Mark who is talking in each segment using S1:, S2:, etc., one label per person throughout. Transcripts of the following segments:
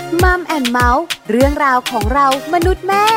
S1: มัมแอนด์เมาส์เรื่องราวของเรามนุษย์แม่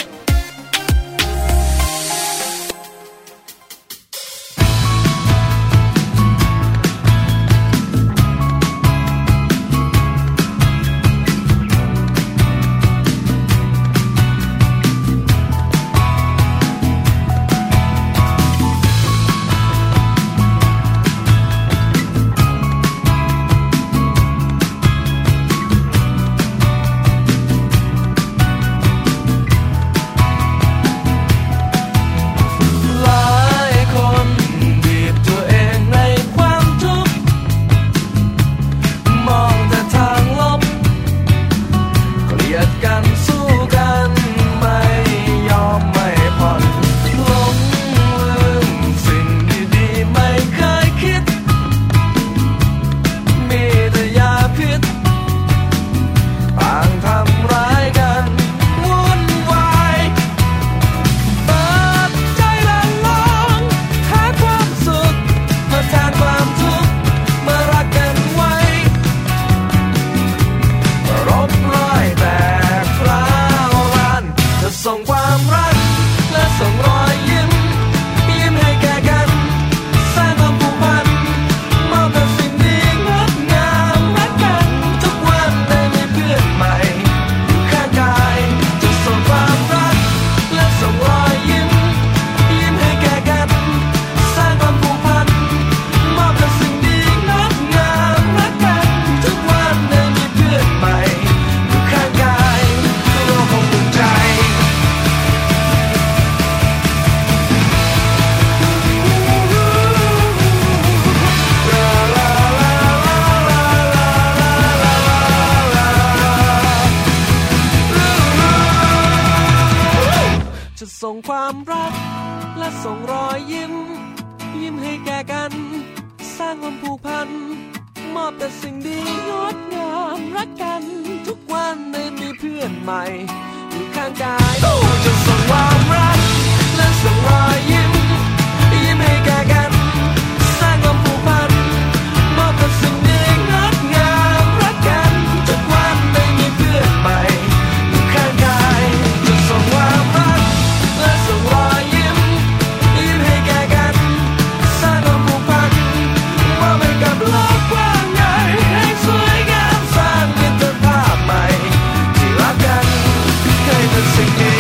S2: ส่งความรักและส่งรอยยิ้มยิ้มให้แก่กันสร้างความผูกพันมอบแต่สิ่งดีงดงามรักกันทุกวันได้มีเพื่อนใหม่อยู่ข้างกายจะส่งความรักและส่งรอยยิ้มยิ้มให้แก่กันสร้างความผูกพันมอบแต่สิ่งดีงดงามรักกันทุกวันได้มีเพื่อนใหม่อยู่ข้างกายจะส่งความรักและส่งรอยยิ้มยิ้มให้แก่กันสร้างความผูกพันมอบให้กับโลกกว้างใหญ่ให้สวยงามสร้างมิตรภาพใหม่ที่รักกันให้เป็นสิ่งดี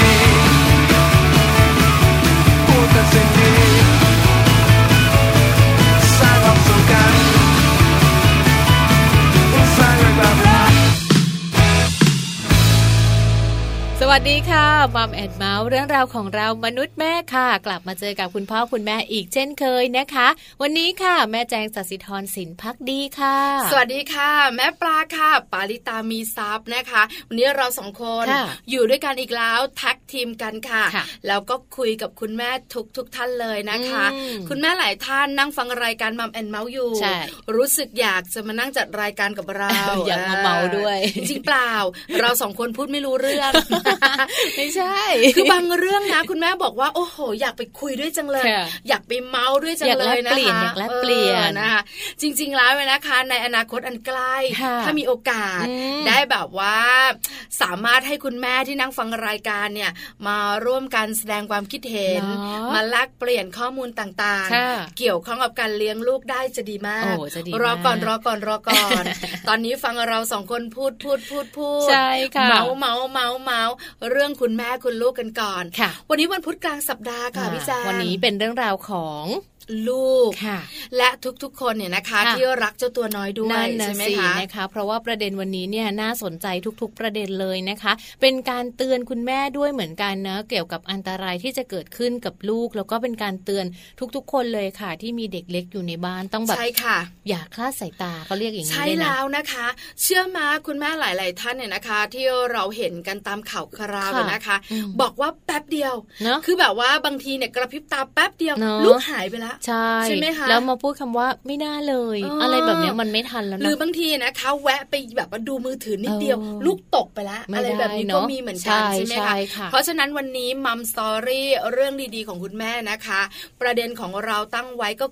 S2: พูดแต่สิ่งดีสร้างความสุขกันสร้างความรัก
S3: สวัสดีค่ะมัมแอนด์เมาส์เรื่องราวของเรามนุษย์แม่ค่ะกลับมาเจอกับคุณพ่อคุณแม่อีกเช่นเคยนะคะวันนี้ค่ะแม่แจงสัสิธรสินภักดีค่ะ
S4: สวัสดีค่ะแม่ปลาค่ะปาริตามีทรัพย์นะคะวันนี้เราสองคนอยู่ด้วยกันอีกแล้วแท็กทีมกันค่ะแล้วก็คุยกับคุณแม่ทุกท่านเลยนะคะคุณแม่หลายท่านนั่งฟังรายการมัมแอนด์เมาส์อยู่รู้สึกอยากจะมานั่งจัดรายการกับเรา
S3: อยากมาเมาด้วย
S4: จริงเปล่าเราสองคนพูดไม่รู้เรื่อง
S3: ไม่ใช่
S4: คือบางเรื่องนะคุณแม่บอกว่าโอ้โหอยากไปคุยด้วยจังเลยอยากไปเมาด้วยจังเลยนะคะ
S3: อยากแลกเปลี่ยน
S4: นะคะจริงๆแล้วนะคะในอนาคตอันใกล้ถ้ามีโอกาสได้แบบว่าสามารถให้คุณแม่ที่นั่งฟังรายการเนี่ยมาร่วมกันแสดงความคิดเห็นมาแลกเปลี่ยนข้อมูลต่างๆเกี่ยวข้องกับการเลี้ยงลูกได้จะดีมากรอก่อนตอนนี้ฟังเราสองคนพูด
S3: ใช่ค่ะ
S4: เมาเรื่องคุณแม่คุณลูกกันก่อนวันนี้วันพุธกลางสัปดาห์ค่ะพี่แจ๊
S3: วันนี้เป็นเรื่องราวของ
S4: ลูกและทุกๆคนเนี่ยนะคะที่รักเจ้าตัวน้อยด้วยใช่ไหมคะ
S3: นะคะเพราะว่าประเด็นวันนี้เนี่ยน่าสนใจทุกๆประเด็นเลยนะคะเป็นการเตือนคุณแม่ด้วยเหมือนกันนะเกี่ยวกับอันตรายที่จะเกิดขึ้นกับลูกแล้วก็เป็นการเตือนทุกๆคนเลยค่ะที่มีเด็กเล็กอยู่ในบ้านต้องแบบ
S4: ใช่ค่ะ
S3: อย่าคลาดสายตาเขาเรียกอย่างนี้
S4: ใช่แล้วนะคะเชื่อมาคุณแม่หลายๆท่านเนี่ยนะคะที่เราเห็นกันตามข่าวคราวนะคะบอกว่าแป๊บเดียวคือแบบว่าบางทีเนี่ยกระพริบตาแป๊บเดียวลูกหายไปแล้วใช่ไหมคะ
S3: แล้วมาพูดคำว่าไม่น่าเลยอะไรแบบนี้มันไม่ทันแล้วนะ
S4: หรือบางทีนะคะแวะไปแบบว่าดูมือถือนิดเดียวลูกตกไปแล้วอะไรแบบนี้ก็มีเหมือนกันใช่ไหมคะเพราะฉะนั้นวันนี้มัมสตอรี่เรื่องดีๆของคุณแม่นะคะประเด็นของเราตั้งไว้ก็คือ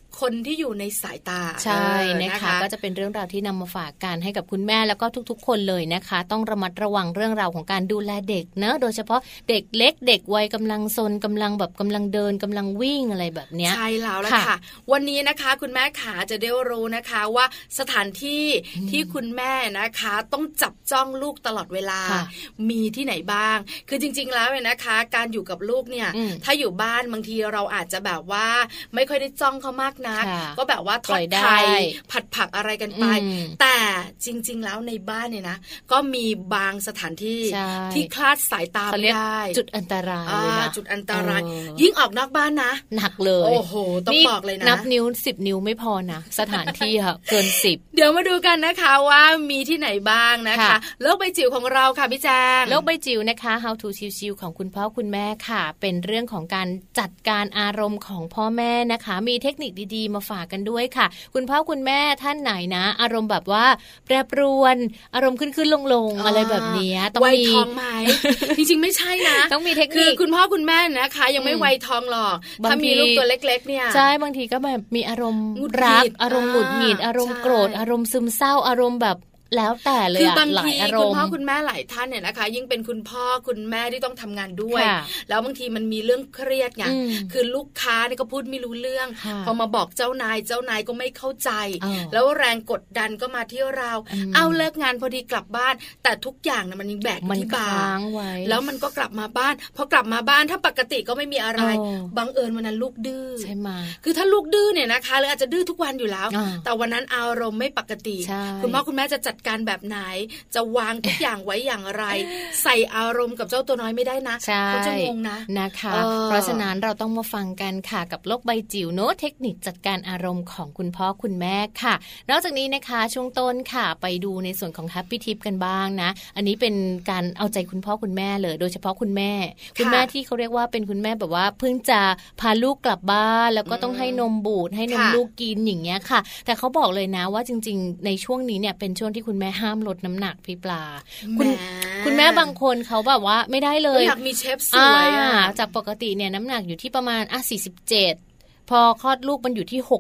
S4: คนที่อยู่ในสายตา
S3: ใช่นะคะก็จะเป็นเรื่องราวที่นำมาฝากกันให้กับคุณแม่แล้วก็ทุกๆคนเลยนะคะต้องระมัดระวังเรื่องราวของการดูแลเด็กเนอะโดยเฉพาะเด็กเล็กเด็กวัยกำลังซนกำลังเดินกำลังวิ่งอะไรแบบเนี้ย
S4: ใช่แล้วล่ะค่ะวันนี้นะคะคุณแม่ขาจะได้รู้นะคะว่าสถานที่ที่คุณแม่นะคะต้องจับจ้องลูกตลอดเวลามีที่ไหนบ้างคือจริงๆแล้วเนี่ยนะคะการอยู่กับลูกเนี่ยถ้าอยู่บ้านบางทีเราอาจจะแบบว่าไม่ค่อยได้จ้องเขามากนักก็แบบว่าทอดไข่ผัดผักอะไรกันไปแต่จริงๆแล้วในบ้านเนี่ยนะก็มีบางสถานที่ที่คลาดสายตาไม่ได้
S3: จุดอันตราย
S4: จุดอันตรายยิ่งออกนอกบ้านนะ
S3: หนักเลย
S4: โอ้โหต้องบอกเลยนะ
S3: นับนิ้ว10 นิ้วไม่พอนะสถานที่ค่ะเกิน10
S4: เดี๋ยวมาดูกันนะคะว่ามีที่ไหนบ้างนะคะโลกใบจิ๋วของเราค่ะพี่แจง
S3: โลกใบจิ๋วนะคะ How to ชิวๆของคุณพ่อคุณแม่ค่ะเป็นเรื่องของการจัดการอารมณ์ของพ่อแม่นะคะมีเทคนิคดีๆมาฝากกันด้วยค่ะคุณพ่อคุณแม่ท่านไหนนะอารมณ์แบบว่าแปรปรวนอารมณ์ขึ้นลงอะไรแบบนี้ต้องมี
S4: วัยทองไหม จริงๆไม่ใช่นะ
S3: ต้องมีเทคนิค
S4: คือคุณพ่อคุณแม่นะคะยังไม่วัยทองหรอกถ้ามีลูกตัวเล็กๆเนี่ย
S3: ใช่บางทีก็แบบมีอารมณ์รักอารมณ์หงุดหงิดอารมณ์โกรธอารมณ์ซึมเศร้าอารมณ์แบบแล้วแต่เลย
S4: คือบางทีคุณพ่อคุณแม่หลายท่านเนี่ยนะคะยิ่งเป็นคุณพ่อคุณแม่ที่ต้องทำงานด้วยแล้วบางทีมันมีเรื่องเครียดไงคือลูกค้าเนี่ยก็พูดไม่รู้เรื่องพอมาบอกเจ้านายก็ไม่เข้าใจแล้วแรงกดดันก็มาที่เราเอาเลิกงานพอดีกลับบ้านแต่ทุกอย่างนะมันยังแบกที่บ่าแล้วมันก็กลับมาบ้านพอกลับมาบ้านถ้าปกติก็ไม่มีอะไรบังเอิญวันนั้นลูกดื้อ
S3: ใช่ไหม
S4: คือถ้าลูกดื้อเนี่ยนะคะหรืออาจจะดื้อทุกวันอยู่แล้วแต่วันนั้นอารมณ์ไม่ปกติคุณพ่อคุณแม่จะจัดการแบบไหนจะวางทุกอย่างไว้อย่างไรใส่อารมณ์กับเจ้าตัวน้อยไม่ได้นะเขาจะงงนะ
S3: นะคะเพราะฉะนั้นเราต้องมาฟังกันค่ะกับโลกใบจิ๋วโน้ตเทคนิคจัดการอารมณ์ของคุณพ่อคุณแม่ค่ะนอกจากนี้นะคะช่วงต้นค่ะไปดูในส่วนของ Happy Tip กันบ้างนะอันนี้เป็นการเอาใจคุณพ่อคุณแม่เลยโดยเฉพาะคุณแม่ที่เขาเรียกว่าเป็นคุณแม่แบบว่าเพิ่งจะพาลูกกลับบ้านแล้วก็ต้องให้นมบูดให้นมลูกกินอย่างเงี้ยค่ะแต่เขาบอกเลยนะว่าจริงๆในช่วงนี้เนี่ยเป็นช่วงที่คุณแม่ห้ามลดน้ำหนักพี่ปลาคุณแม่บางคนเขาแบบว่าไม่ได้เลย
S4: อยากมีเชฟสวย
S3: จากปกติเนี่ยน้ำหนักอยู่ที่ประมาณ47พอคลอดลูกมันอยู่ที่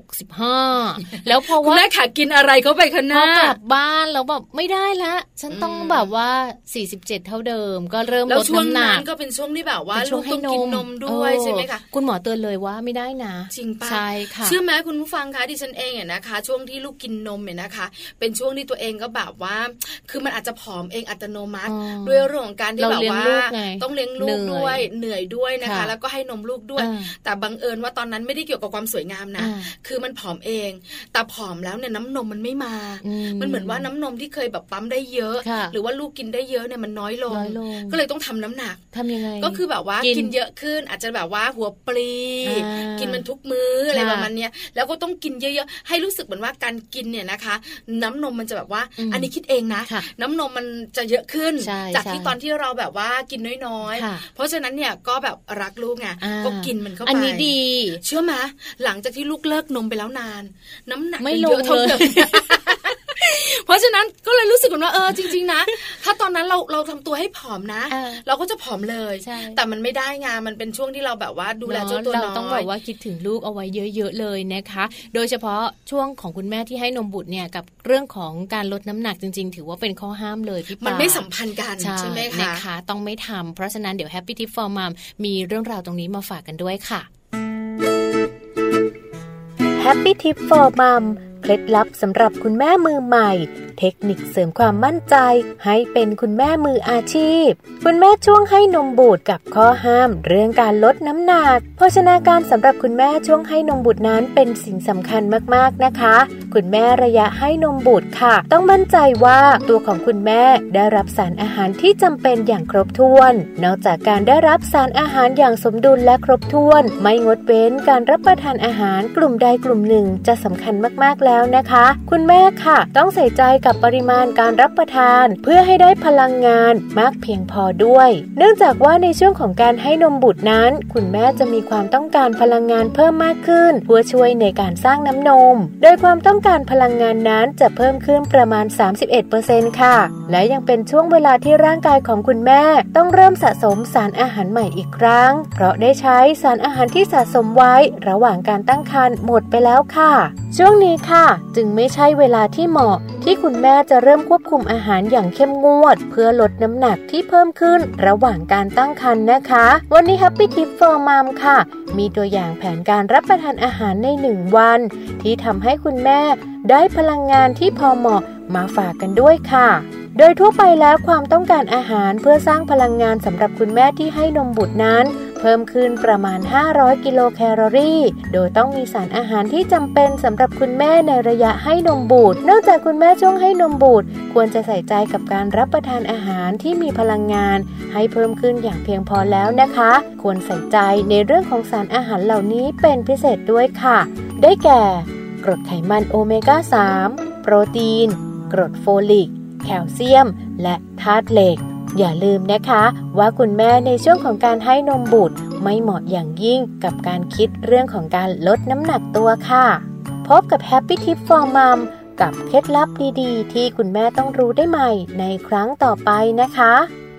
S3: 65แล้วพอว่า
S4: แม่ขากินอะไรเข้าไปคะ
S3: น้ากลับบ้านแล้วแบบไม่ได้ละฉันต้องแบบว่า47เท่าเดิมก็เริ่มลดน้ำหนัก
S4: ก็เป็นช่วงที่แบบว่าลูกต้องกินนมด้วยใช่ไหมคะ
S3: คุณหมอเตือนเลยว่าไม่ได้นะ
S4: จริงป่ะ
S3: ใช่ค่ะ
S4: เชื่อไหมคุณผู้ฟังคะดิฉันเองเนี่ยนะคะช่วงที่ลูกกินนมเนี่ยนะคะเป็นช่วงที่ตัวเองก็แบบว่าคือมันอาจจะผอมเองอัตโนมัติด้วยเรื่องของการที่แบบว่าต้องเลี้ยงลูกด้วยเหนื่อยด้วยนะคะแล้วก็ให้นมลูกด้วยแต่บังเอิญว่าตอนนั้นไม่ได้เกี่ยวกับความสวยงามนะคือมันผอมเองแต่ผอมแล้วเนี่ยน้ำนมมันไม่มามันเหมือนว่าน้ำนมที่เคยแบบปั๊มได้เยอะหรือว่าลูกกินได้เยอะเนี่ยมันน้อยลงก็เลยต้องทำน้ำหนัก
S3: ทำยังไง
S4: ก็คือแบบว่ากินเยอะขึ้นอาจจะแบบว่าหัวปลีกินมันทุกมื้ออะไรประมาณนี้แล้วก็ต้องกินเยอะๆให้รู้สึกเหมือนว่าการกินเนี่ยนะคะน้ำนมมันจะแบบว่าอันนี้คิดเองนะน้ำนมมันจะเยอะขึ้นจากที่ตอนที่เราแบบว่ากินน้อยๆเพราะฉะนั้นเนี่ยก็แบบรักลูกไงก็กินมันเข้าไป
S3: อันนี้ดี
S4: เชื่อไหมหลังจากที่ลูกเลิกนมไปแล้วนานน้ำหนัก
S3: ไม่ลงเลย
S4: เพราะฉะนั้นก็เลยรู้สึกว่าจริงๆนะถ้าตอนนั้นเราทำตัวให้ผอมนะเราก็จะผอมเลยแต่มันไม่ได้ไงมันเป็นช่วงที่เราแบบว่าดูแลเจ้าตัวน้อย
S3: เราต้องแบบว่าคิดถึงลูกเอาไว้เยอะๆเลยนะคะโดยเฉพาะช่วงของคุณแม่ที่ให้นมบุตรเนี่ยกับเรื่องของการลดน้ำหนักจริงๆถือว่าเป็นข้อห้ามเลยพี่ปา
S4: มันไม่สัมพันธ์กันใช่ไหมคะ
S3: นะคะต้องไม่ทำเพราะฉะนั้นเดี๋ยว Happy Tip for Mom มีเรื่องราวตรงนี้มาฝากกันด้วยค่ะ
S1: Happy Tip for Mom เคล็ดลับสำหรับคุณแม่มือใหม่เทคนิคเสริมความมั่นใจให้เป็นคุณแม่มืออาชีพคุณแม่ช่วงให้นมบุตรกับข้อห้ามเรื่องการลดน้ำหนักโภชนาการสำหรับคุณแม่ช่วงให้นมบุตรนั้นเป็นสิ่งสำคัญมากๆนะคะคุณแม่ระยะให้นมบุตรค่ะต้องมั่นใจว่าตัวของคุณแม่ได้รับสารอาหารที่จำเป็นอย่างครบถ้วนนอกจากการได้รับสารอาหารอย่างสมดุลและครบถ้วนไม่งดเว้นการรับประทานอาหารกลุ่มใดกลุ่มหนึ่งจะสำคัญมากๆแล้วแล้วนะคะคุณแม่ค่ะต้องใส่ใจกับปริมาณการรับประทานเพื่อให้ได้พลังงานมากเพียงพอด้วยเนื่องจากว่าในช่วงของการให้นมบุตรนั้นคุณแม่จะมีความต้องการพลังงานเพิ่มมากขึ้นเพื่อช่วยในการสร้างน้ำนมโดยความต้องการพลังงานนั้นจะเพิ่มขึ้นประมาณ 31% ค่ะและยังเป็นช่วงเวลาที่ร่างกายของคุณแม่ต้องเริ่มสะสมสารอาหารใหม่อีกครั้งเพราะได้ใช้สารอาหารที่สะสมไว้ระหว่างการตั้งครรภ์หมดไปแล้วค่ะช่วงนี้ค่ะจึงไม่ใช่เวลาที่เหมาะที่คุณแม่จะเริ่มควบคุมอาหารอย่างเข้มงวดเพื่อลดน้ำหนักที่เพิ่มขึ้นระหว่างการตั้งครรภ์นะคะวันนี้ Happy Tip for Mom ค่ะมีตัวอย่างแผนการรับประทานอาหารใน1วันที่ทำให้คุณแม่ได้พลังงานที่พอเหมาะมาฝากกันด้วยค่ะโดยทั่วไปแล้วความต้องการอาหารเพื่อสร้างพลังงานสำหรับคุณแม่ที่ให้นมบุตรนั้นเพิ่มขึ้นประมาณ500กิโลแคลอรี่โดยต้องมีสารอาหารที่จำเป็นสำหรับคุณแม่ในระยะให้นมบุตรนอกจากคุณแม่ช่วงให้นมบุตรควรจะใส่ใจกับการรับประทานอาหารที่มีพลังงานให้เพิ่มขึ้นอย่างเพียงพอแล้วนะคะควรใส่ใจในเรื่องของสารอาหารเหล่านี้เป็นพิเศษด้วยค่ะได้แก่กรดไขมันโอเมก้า 3 โปรตีนกรดโฟลิกแคลเซียมและธาตุเหล็กอย่าลืมนะคะว่าคุณแม่ในช่วงของการให้นมบุตรไม่เหมาะอย่างยิ่งกับการคิดเรื่องของการลดน้ำหนักตัวค่ะพบกับ Happy Tip for Mom กับเคล็ดลับดีๆที่คุณแม่ต้องรู้ได้ใหม่ในครั้งต่อไปนะคะ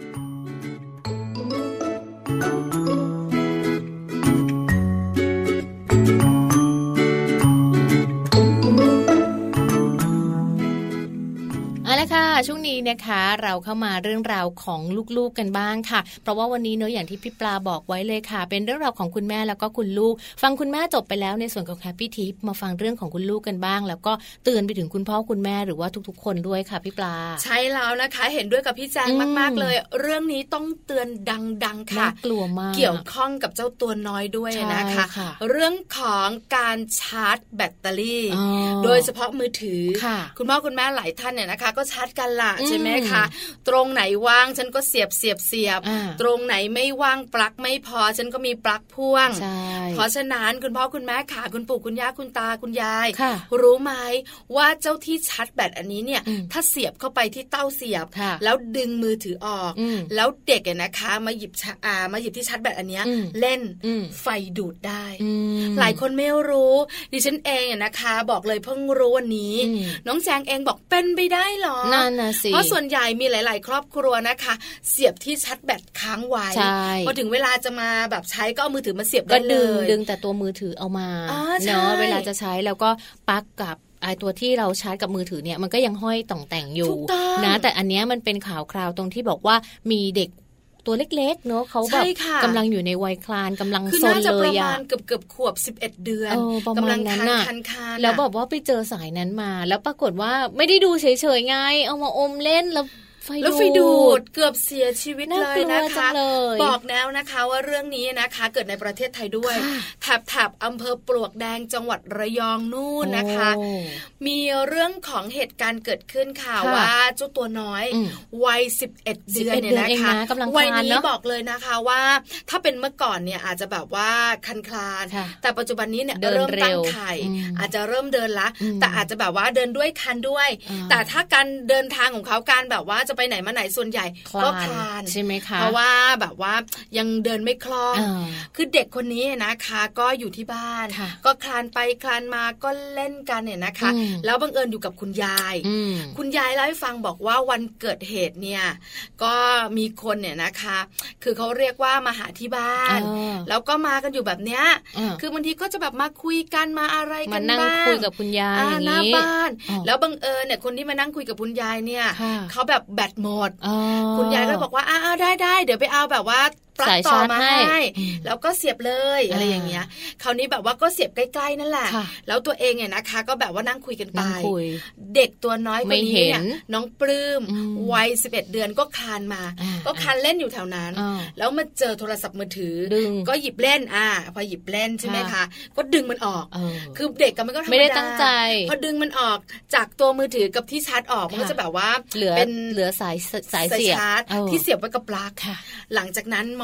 S3: ช่วงนี้นะคะเราเข้ามาเรื่องราวของลูกๆกันบ้างค่ะเพราะว่าวันนี้เนอะอย่างที่พี่ปลาบอกไว้เลยค่ะเป็นเรื่องราวของคุณแม่แล้วก็คุณลูกฟังคุณแม่จบไปแล้วในส่วนของ Happy Tip มาฟังเรื่องของคุณลูกกันบ้างแล้วก็เตือนไปถึงคุณพ่อคุณแม่หรือว่าทุกๆคนด้วยค่ะพี่ปลา
S4: ใช่แล้วนะคะเห็นด้วยกับพี่แจงมากๆเลยเรื่องนี้ต้องเตือนดังๆค่ะ
S3: กลัวมาก
S4: เกี่ยวข้องกับเจ้าตัวน้อยด้วยนะคะเรื่องของการชาร์จแบตเตอรี่โดยเฉพาะมือถือคุณพ่อคุณแม่หลายท่านเนี่ยนะคะก็ชาร์จกันละใช่ไหมคะตรงไหนว่างฉันก็เสียบตรงไหนไม่ว่างปลั๊กไม่พอฉันก็มีปลั๊กพ่วงเพราะฉะนั้นคุณพ่อคุณแม่ค่ะคุณปู่คุณย่าคุณตาคุณยายรู้ไหมว่าเจ้าที่ชาร์จแบตอันนี้เนี่ยถ้าเสียบเข้าไปที่เต้าเสียบแล้วดึงมือถือออกแล้วเด็กนะคะมาหยิบที่ชาร์จแบตอันนี้เล่นไฟดูดได้หลายคนไม่รู้ดิฉันเองนะคะบอกเลยเพิ่งรู้วันนี้น้องแจงเองบอกเป็นไปได้หรอ
S3: นั่นน่ะสิ
S4: เพราะส่วนใหญ่มีหลายๆครอบครัวนะคะเสียบที่ชาร์จแบตค้างไว้พอถึงเวลาจะมาแบบใช้ก็เอามือถือมาเสียบได้เลย
S3: ดึงแต่ตัวมือถือเอามาเนาะเวลาจะใช้แล้วก็ปลั๊กกับไอตัวที่เราชาร์จกับมือถือเนี่ยมันก็ยังห้อยต่องแต่งอยู่นะแต่อันเนี้ยมันเป็นข่าวคราวตรงที่บอกว่ามีเด็กตัวเล็กๆเนาะเขาแบบกำลังอยู่ในวัยคลานกำลังซนเลย
S4: อะเกือบขวบ11เดือน
S3: กำลังคันแล้วบอกว่าไปเจอสายนั้นมาแล้วปรากฏว่าไม่ได้ดูเฉยๆไงเอามาอมเล่นแล้วไฟดู
S4: ดเกือบเสียชีวิตเลยนะคะบอกแล้วนะคะว่าเรื่องนี้นะคะเกิดในประเทศไทยด้วยแถบอำเภอปลวกแดงจังหวัดระยองนู่นนะคะมีเรื่องของเหตุการณ์เกิดขึ้นค่ะว่าเจ้าตัวน้อยวัย11เดือนเนี่ยนะคะวัยนี้บอกเลยนะคะว่าถ้าเป็นเมื่อก่อนเนี่ยอาจจะแบบว่าคันคลานแต่ปัจจุบันนี้เนี่ยเริ่มตั้งไข่อาจจะเริ่มเดินละแต่อาจจะแบบว่าเดินด้วยคันด้วยแต่ถ้าการเดินทางของเขาการแบบว่าจะไปไหนมาไหนส่วนใหญ่ก็คลาน
S3: ใช่ไหมคะ
S4: เพราะว่าแบบว่ายังเดินไม่คล่องคือเด็กคนนี้นะคะก็อยู่ที่บ้านก็คลานไปคลานมาก็เล่นกันเนี่ยนะคะแล้วบังเอิญอยู่กับคุณยายคุณยายเล่าให้ฟังบอกว่าวันเกิดเหตุเนี่ยก็มีคนเนี่ยนะคะคือเขาเรียกว่ามาหาที่บ้านแล้วก็มากันอยู่แบบเนี้ยคือบางทีก็จะแบบมาคุยกันมาอะไรกันบ้างมานั่ง
S3: คุยกับคุณยายอย่างนี้
S4: หน้าบ้านแล้วบังเอิญเนี่ยคนที่มานั่งคุยกับคุณยายเนี่ยเขาแบบแบตหมดคุณยายก็บอกว่าได้เดี๋ยวไปเอาแบบว่าปลั๊กต่อมาให้แล้วก็เสียบเลยอะไรอย่างเงี้ยคราวนี้แบบว่าก็เสียบใกล้ๆนั่นแหละแล้วตัวเองเนี่ยนะคะก็แบบว่านั่งคุยกันไปเด็กตัวน้อยคนนี้เนี่ยน้องปลื้มวัย11เดือนก็คลานมาก็คลานเล่นอยู่แถวนั้นแล้วมาเจอโทรศัพท์มือถือก็หยิบเล่นพอหยิบเล่นใช่ไหมคะก็ดึงมันออกคือเด็กก็มันก็
S3: ไม่ได้ตั้งใจ
S4: พอดึงมันออกจากตัวมือถือกับที่ชาร์จออกมันก็จะแบบว่า
S3: เหลือสายเสียบ
S4: ที่เสียบไว้กับปลั๊กหลังจากนั้นมอง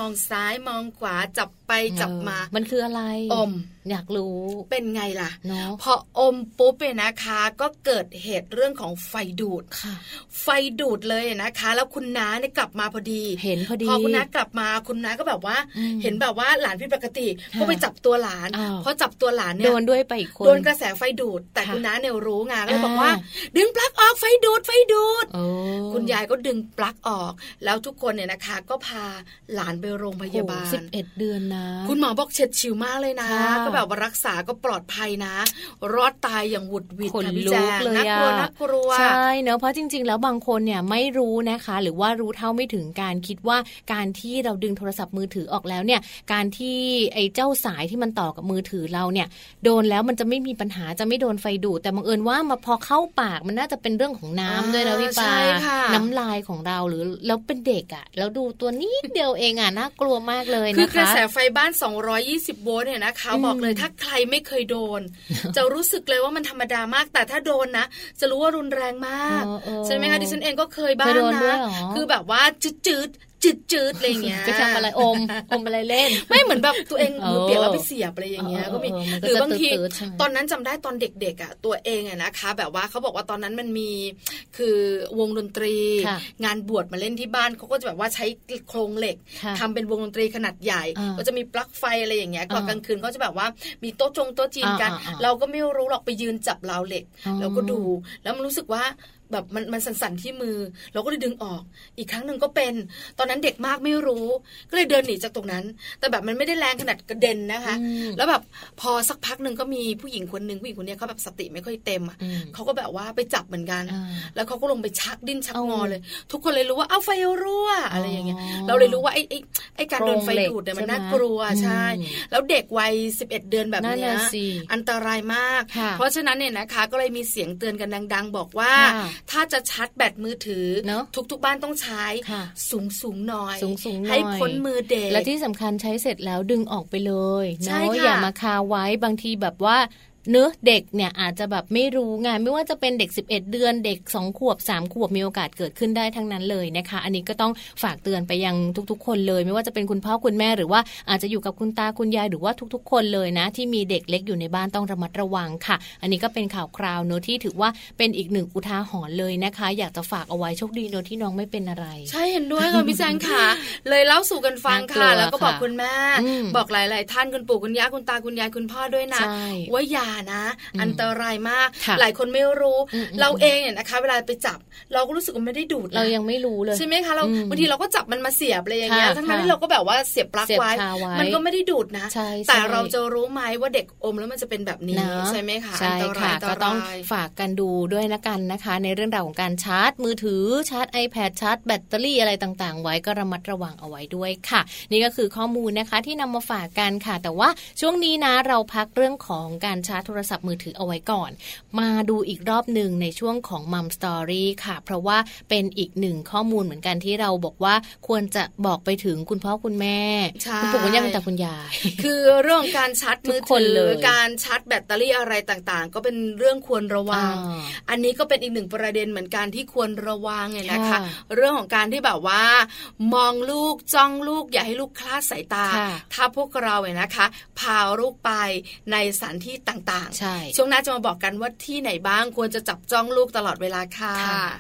S4: องซ้ายมองขวาจับไปจับมา
S3: มันคืออะไร
S4: อม
S3: อยากรู้
S4: เป็นไงล่ะ
S3: เนาะ
S4: พออมปุ๊บเนี่ยนะคะก็เกิดเหตุเรื่องของไฟดูดไฟดูดเลยนะคะแล้วคุณน้าเนี่ยกลับมาพอดี
S3: เห็นพอดี
S4: พอคุณน้ากลับมาคุณน้าก็แบบว่าเห็นแบบว่าหลานผิดปกติก็ไปจับตัวหลานพอจับตัวหลานเนี่ย
S3: โดนด้วยไปอีกคน
S4: โดนกระแสไฟดูดแต่คุณน้าเนี่ยรู้ไงก็เลยบอกว่าดึงปลั๊กออกไฟดูดคุณยายก็ดึงปลั๊กออกแล้วทุกคนเนี่ยนะคะก็พาหลานไปโรงพยาบาล
S3: 11 เดือนนะ
S4: คุณหมอบอกเฉียดฉิวมากเลยนะก็แบบว่ารักษาก็ปลอดภัยนะรอดตายอย่างหวุดหวิดค่ะพี่แจงน่ากลัว
S3: ใช่เนอะเพราะจริงๆแล้วบางคนเนี่ยไม่รู้นะคะหรือว่ารู้เท่าไม่ถึงการคิดว่าการที่เราดึงโทรศัพท์มือถือออกแล้วเนี่ยการที่ไอ้เจ้าสายที่มันต่อกับมือถือเราเนี่ยโดนแล้วมันจะไม่มีปัญหาจะไม่โดนไฟดูดแต่บังเอิญว่ามาพอเข้าปากมันน่าจะเป็นเรื่องของน้ำด้วยนะพี่ปาน้ำลายของเราหรือแล้วเป็นเด็กอ่ะแล้วดูตัวนิดเดียวเองอ่ะน่ากลัวมากเลยนะคะ
S4: คือกระแสไฟบ้าน220โวลต์เนี่ยนะคะบอกเลยถ้าใครไม่เคยโดนจะรู้สึกเลยว่ามันธรรมดามากแต่ถ้าโดนนะจะรู้ว่ารุนแรงมากใช่ไหมคะดิฉันเองก็เคยบ้างนะคือแบบว่าจืดอะไรเงี้ย
S3: ไปทำอะไรอมอะไรเล่น
S4: ไม่เหมือนแบบตัวเองมือเปียกแล้วไปเสียบอะไรอย่างเงี้ยก็มีหรือบางทีตอนนั้นจำได้ตอนเด็กๆอ่ะตัวเองอ่ะนะคะแบบว่าเขาบอกว่าตอนนั้นมันมีคือวงดนตรีงานบวชมาเล่นที่บ้านเขาก็จะแบบว่าใช้โครงเหล็กทำเป็นวงดนตรีขนาดใหญ่ก็จะมีปลั๊กไฟอะไรอย่างเงี้ยก่อนกลางคืนเขาจะแบบว่ามีโต๊ะจีนกันเราก็ไม่รู้หรอกไปยืนจับราวเหล็กแล้วก็ดูแล้วมันรู้สึกว่าแบบมันสั่นๆที่มือเราก็เลยดึงออกอีกครั้งหนึ่งก็เป็นตอนนั้นเด็กมากไม่รู้ก็เลยเดินหนีจากตรงนั้นแต่แบบมันไม่ได้แรงขนาดกระเด็นนะคะแล้วแบบพอสักพักหนึ่งก็มีผู้หญิงคนนี้เขาแบบสติไม่ค่อยเต็มเขาก็แบบว่าไปจับเหมือนกันแล้วเขาก็ลงไปชักดิ้นชักงอเลยทุกคนเลยรู้ว่าเอาไฟรั่วอะไรอย่างเงี้ยเราเลยรู้ว่าไอ้การโดนไฟดูดเนี่ยมันน่ากลัวใช่แล้วเด็กวัย11เดือนแบบนี้อันตรายมากเพราะฉะนั้นเนี่ยนะคะก็เลยมีเสียงเตือนกันดังๆบอกว่าถ้าจะชาร์จแบตมือถือทุกบ้านต้องใช้สูงหน่อยให้พ้นมือเด็ก
S3: และที่สำคัญใช้เสร็จแล้วดึงออกไปเลยเนาะอย่ามาคาไว้บางทีแบบว่าเนื้อเด็กเนี่ยอาจจะแบบไม่รู้ไงไม่ว่าจะเป็นเด็ก11เดือนเด็ก2ขวบ3ขวบมีโอกาสเกิดขึ้นได้ทั้งนั้นเลยนะคะอันนี้ก็ต้องฝากเตือนไปยังทุกๆคนเลยไม่ว่าจะเป็นคุณพ่อคุณแม่หรือว่าอาจจะอยู่กับคุณตาคุณยายหรือว่าทุกๆคนเลยนะที่มีเด็กเล็กอยู่ในบ้านต้องระมัดระวังค่ะอันนี้ก็เป็นข่าวคราวเนอะที่ถือว่าเป็นอีกหนึ่งอุทาหรณ์เลยนะคะอยากจะฝากเอาไว้โชคดีเนอะที่น้องไม่เป็นอะไร
S4: ใช่เห็นด้วยค่ะพี่แจงค่ะเลยเล่าสู่กันฟังค่ะแล้วก็บอกคุณแม่บอกหลายๆท่านคุณปู่คุณย่าคุณตาคุณยายคุณพ่อด้วยนะว่าอย่านะอันตรายมากหลายคนไม่รู้เราเองเนี่ยนะคะเวลาไปจับเราก็รู้สึกว่าไม่ได้ดูด
S3: เรายังไม่รู้เลย
S4: ใช่ไหมคะเราบางทีเราก็จับมันมาเสียบอะไรอย่างเงี้ยทั้งที่เราก็แบบว่าเสียบปลั๊กไว้มันก็ไม่ได้ดูดนะแต่เราจะรู้ไหมว่าเด็กอมแล้วมันจะเป็นแบบนี้ใช่ไหมคะ
S3: ใช่ค่ะก็ต้องฝากกันดูด้วยนะกันนะคะในเรื่องราวของการชาร์จมือถือชาร์จ iPad ชาร์จแบตเตอรี่อะไรต่างๆไว้ก็ระมัดระวังเอาไว้ด้วยค่ะนี่ก็คือข้อมูลนะคะที่นำมาฝากกันค่ะแต่ว่าช่วงนี้นะเราพักเรื่องของการชาร์จโทรศัพท์มือถือเอาไว้ก่อนมาดูอีกรอบหนึ่งในช่วงของมัมสตอรี่ค่ะเพราะว่าเป็นอีกหนึ่งข้อมูลเหมือนกันที่เราบอกว่าควรจะบอกไปถึงคุณพ่อคุณแม่คุณปู่คุณย่าคุณตาคุณยาย
S4: คือเรื่องการชาร์จมือถือการชาร์จแบตเตอรี่อะไรต่างๆก็เป็นเรื่องควรระวังอันนี้ก็เป็นอีกหนึ่งประเด็นเหมือนกันที่ควรระวังไงนะคะเรื่องของการที่แบบว่ามองลูกจ้องลูกอย่าให้ลูกคลาดสายตาถ้าพวกเราเนี่ยนะคะพาลูกไปในสถานที่ต่างๆช่วงหน้าจะมาบอกกันว่าที่ไหนบ้างควรจะจับจ้องลูกตลอดเวลาค่ะ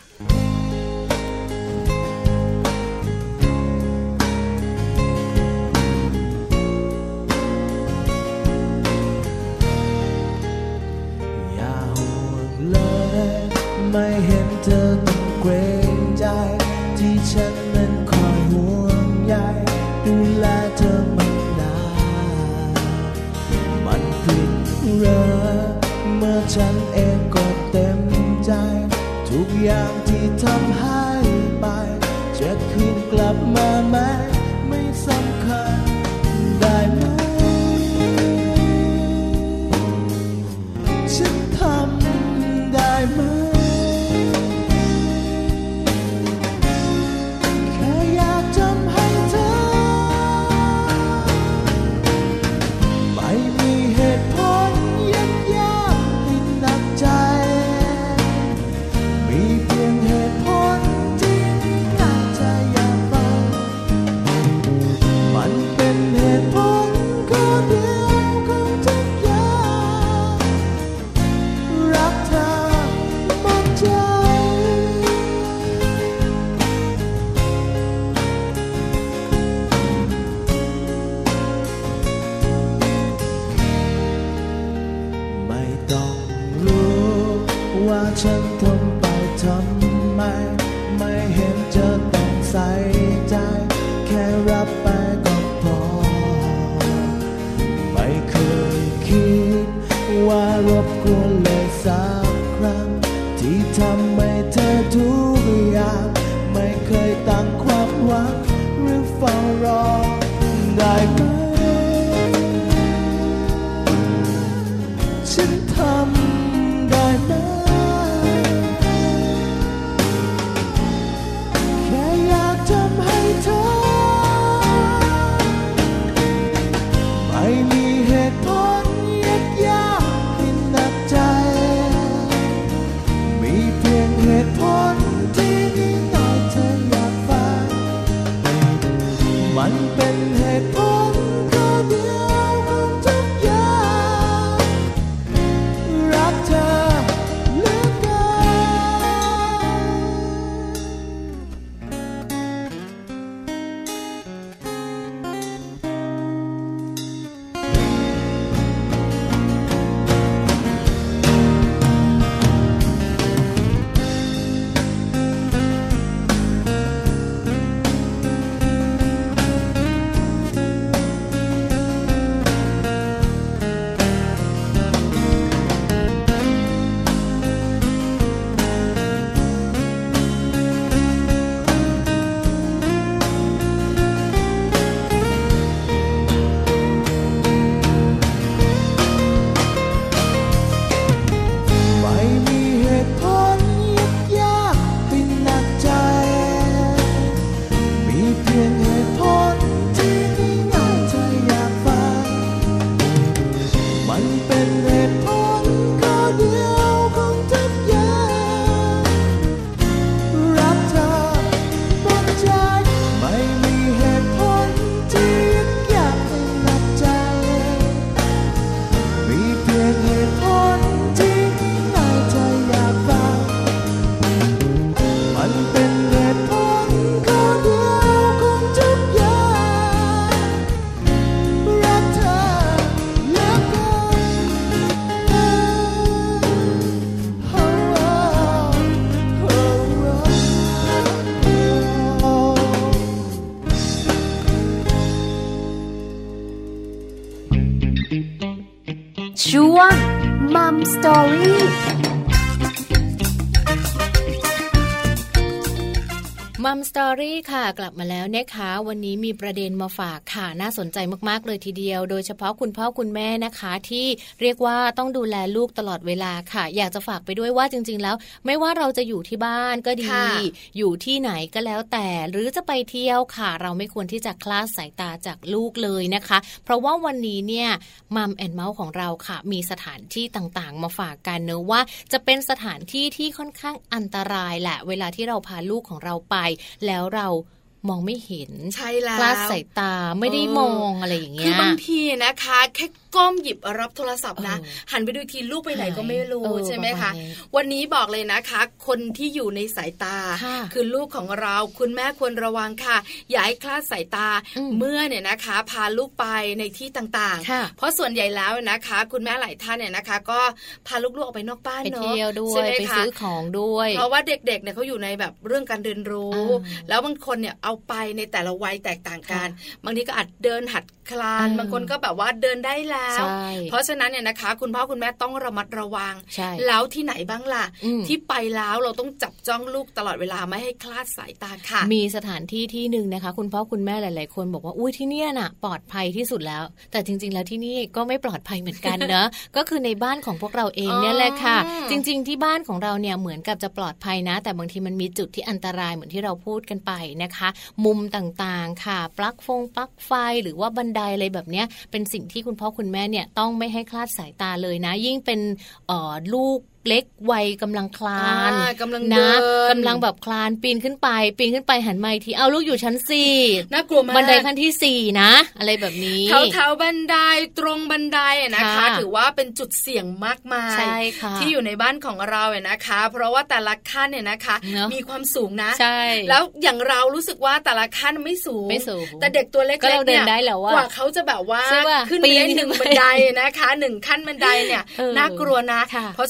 S5: อย่าห่วงเลยไม่เห็นเธอต้องเกรงใจที่ฉันนั้นคอยห่วงใยดูแลเธอมานานมันผิดเหรอเมื่อฉันเองก็เต็มใจทุกอย่างที่ทำให้ไปจะคืนกลับมาไหมไม่สำคัญได้ไหมฉันทำได้ไหมแค่อยากทำให้เธอไม่มีเหตุผลยากให้หนักใจมีเพียงเหตุผลฉันทนไปทำไมไม่เห็นเธอต้องใส่ใจแค่รับไปก็พอไม่เคยคิดว่ารบกวนเลยสักครั้งที่ทำให้เธอทุกอย่างไม่เคยตั้งความหวังหรือเฝ้ารอได้ไหมฉันทำได้ไหมแค่อยากทำให้เธอไม่มีเหตุผลยากให้หนักใจมีเพียงเหตุผลที่ง่ายๆเธออยากฟังมันเป็นเหตุผลก็เดียวของทุกอย่างรักเธอเหลือเกิ
S1: ช่วง Mum Storyมัมสตอรี่ค่ะกลับมาแล้วนะคะวันนี้มีประเด็นมาฝากค่ะน่าสนใจมากๆเลยทีเดียวโดยเฉพาะคุณพ่อคุณแม่นะคะที่เรียกว่าต้องดูแลลูกตลอดเวลาค่ะอยากจะฝากไปด้วยว่าจริงๆแล้วไม่ว่าเราจะอยู่ที่บ้านก็ดีอยู่ที่ไหนก็แล้วแต่หรือจะไปเที่ยวค่ะเราไม่ควรที่จะคลาดสายตาจากลูกเลยนะคะเพราะว่าวันนี้เนี่ยมัมแอนด์เมาส์ของเราค่ะมีสถานที่ต่างๆมาฝากกันเนอะว่าจะเป็นสถานที่ที่ค่อนข้างอันตรายแหละเวลาที่เราพาลูกของเราไปแล้วเรามองไม่เห็น
S4: ใช่แล้ว
S1: คลาดสายตาไม่ได้มองอะไรอย่างเงี้ย
S4: คือบางทีนะคะแค่ก้มหยิบรับโทรศัพท์นะหันไปดูทีลูกไปไหนก็ไม่รู้ใช่ไหมคะวันนี้บอกเลยนะคะคนที่อยู่ในสายตาคือลูกของเราคุณแม่ควรระวังค่ะอย่าให้คลาดสายตาเมื่อเนี่ยนะคะพาลูกไปในที่ต่างๆเพราะส่วนใหญ่แล้วนะคะคุณแม่หลายท่านเนี่ยนะคะก็พาลูกๆออกไปนอกบ้านเนาะ
S1: ไปเที่ยวด้วยไปซื้อของด้วย
S4: เพราะว่าเด็กๆเนี่ยเขาอยู่ในแบบเรื่องการเรียนรู้แล้วบางคนเนี่ยเอาไปในแต่ละวัยแตกต่างกันบางทีก็อาจเดินหัดคลานบางคนก็แบบว่าเดินได้แล้วเพราะฉะนั้นเนี่ยนะคะคุณพ่อคุณแม่ต้องระมัดระวังแล้วที่ไหนบ้างล่ะที่ไปแล้วเราต้องจับจ้องลูกตลอดเวลาไม่ให้คลาดสายตาค่ะ
S1: มีสถานที่ที่นึงนะคะคุณพ่อคุณแม่หลายๆคนบอกว่าอุ้ยที่เนี่ยน่ะปลอดภัยที่สุดแล้วแต่จริงๆแล้วที่นี่ก็ไม่ปลอดภัยเหมือนกันเนอะ ก็คือในบ้านของพวกเราเองเนี่ยแหละค่ะจริงๆที่บ้านของเราเนี่ยเหมือนกับจะปลอดภัยนะแต่บางทีมันมีจุดที่อันตรายเหมือนที่เราพูดกันไปนะคะมุมต่างๆค่ะปลั๊กไฟหรือว่าบันไดอะไรแบบเนี้ยเป็นสิ่งที่คุณพ่อคุณแม่เนี่ยต้องไม่ให้คลาดสายตาเลยนะยิ่งเป็นลูกเล็กวัยกำลังคลาน
S4: กำลัง
S1: แบบคลานปีนขึ้นไปหันมาอีกทีเอาลูกอยู่ชั้น4
S4: น่ากลัวมาก
S1: บันไดขั้นที่4นะอะไรแบบนี้
S4: แถวบันไดตรงบันไดนะคะถือว่าเป็นจุดเสี่ยงมากมายที่อยู่ในบ้านของเรานะคะเพราะว่าแต่ละขั้นเนี่ยนะคะมีความสูงนะแล้วอย่างเรารู้สึกว่าแต่ละขั้นไม่สูงแต่เด็กตัวเล็กๆเนี่ยกว่าเขาจะแบบว่าขึ้นไปได้1บันไดนะคะ1ขั้นบันไดเนี่ยน่ากลัวนะเพราะฉะนั้นเนี่ย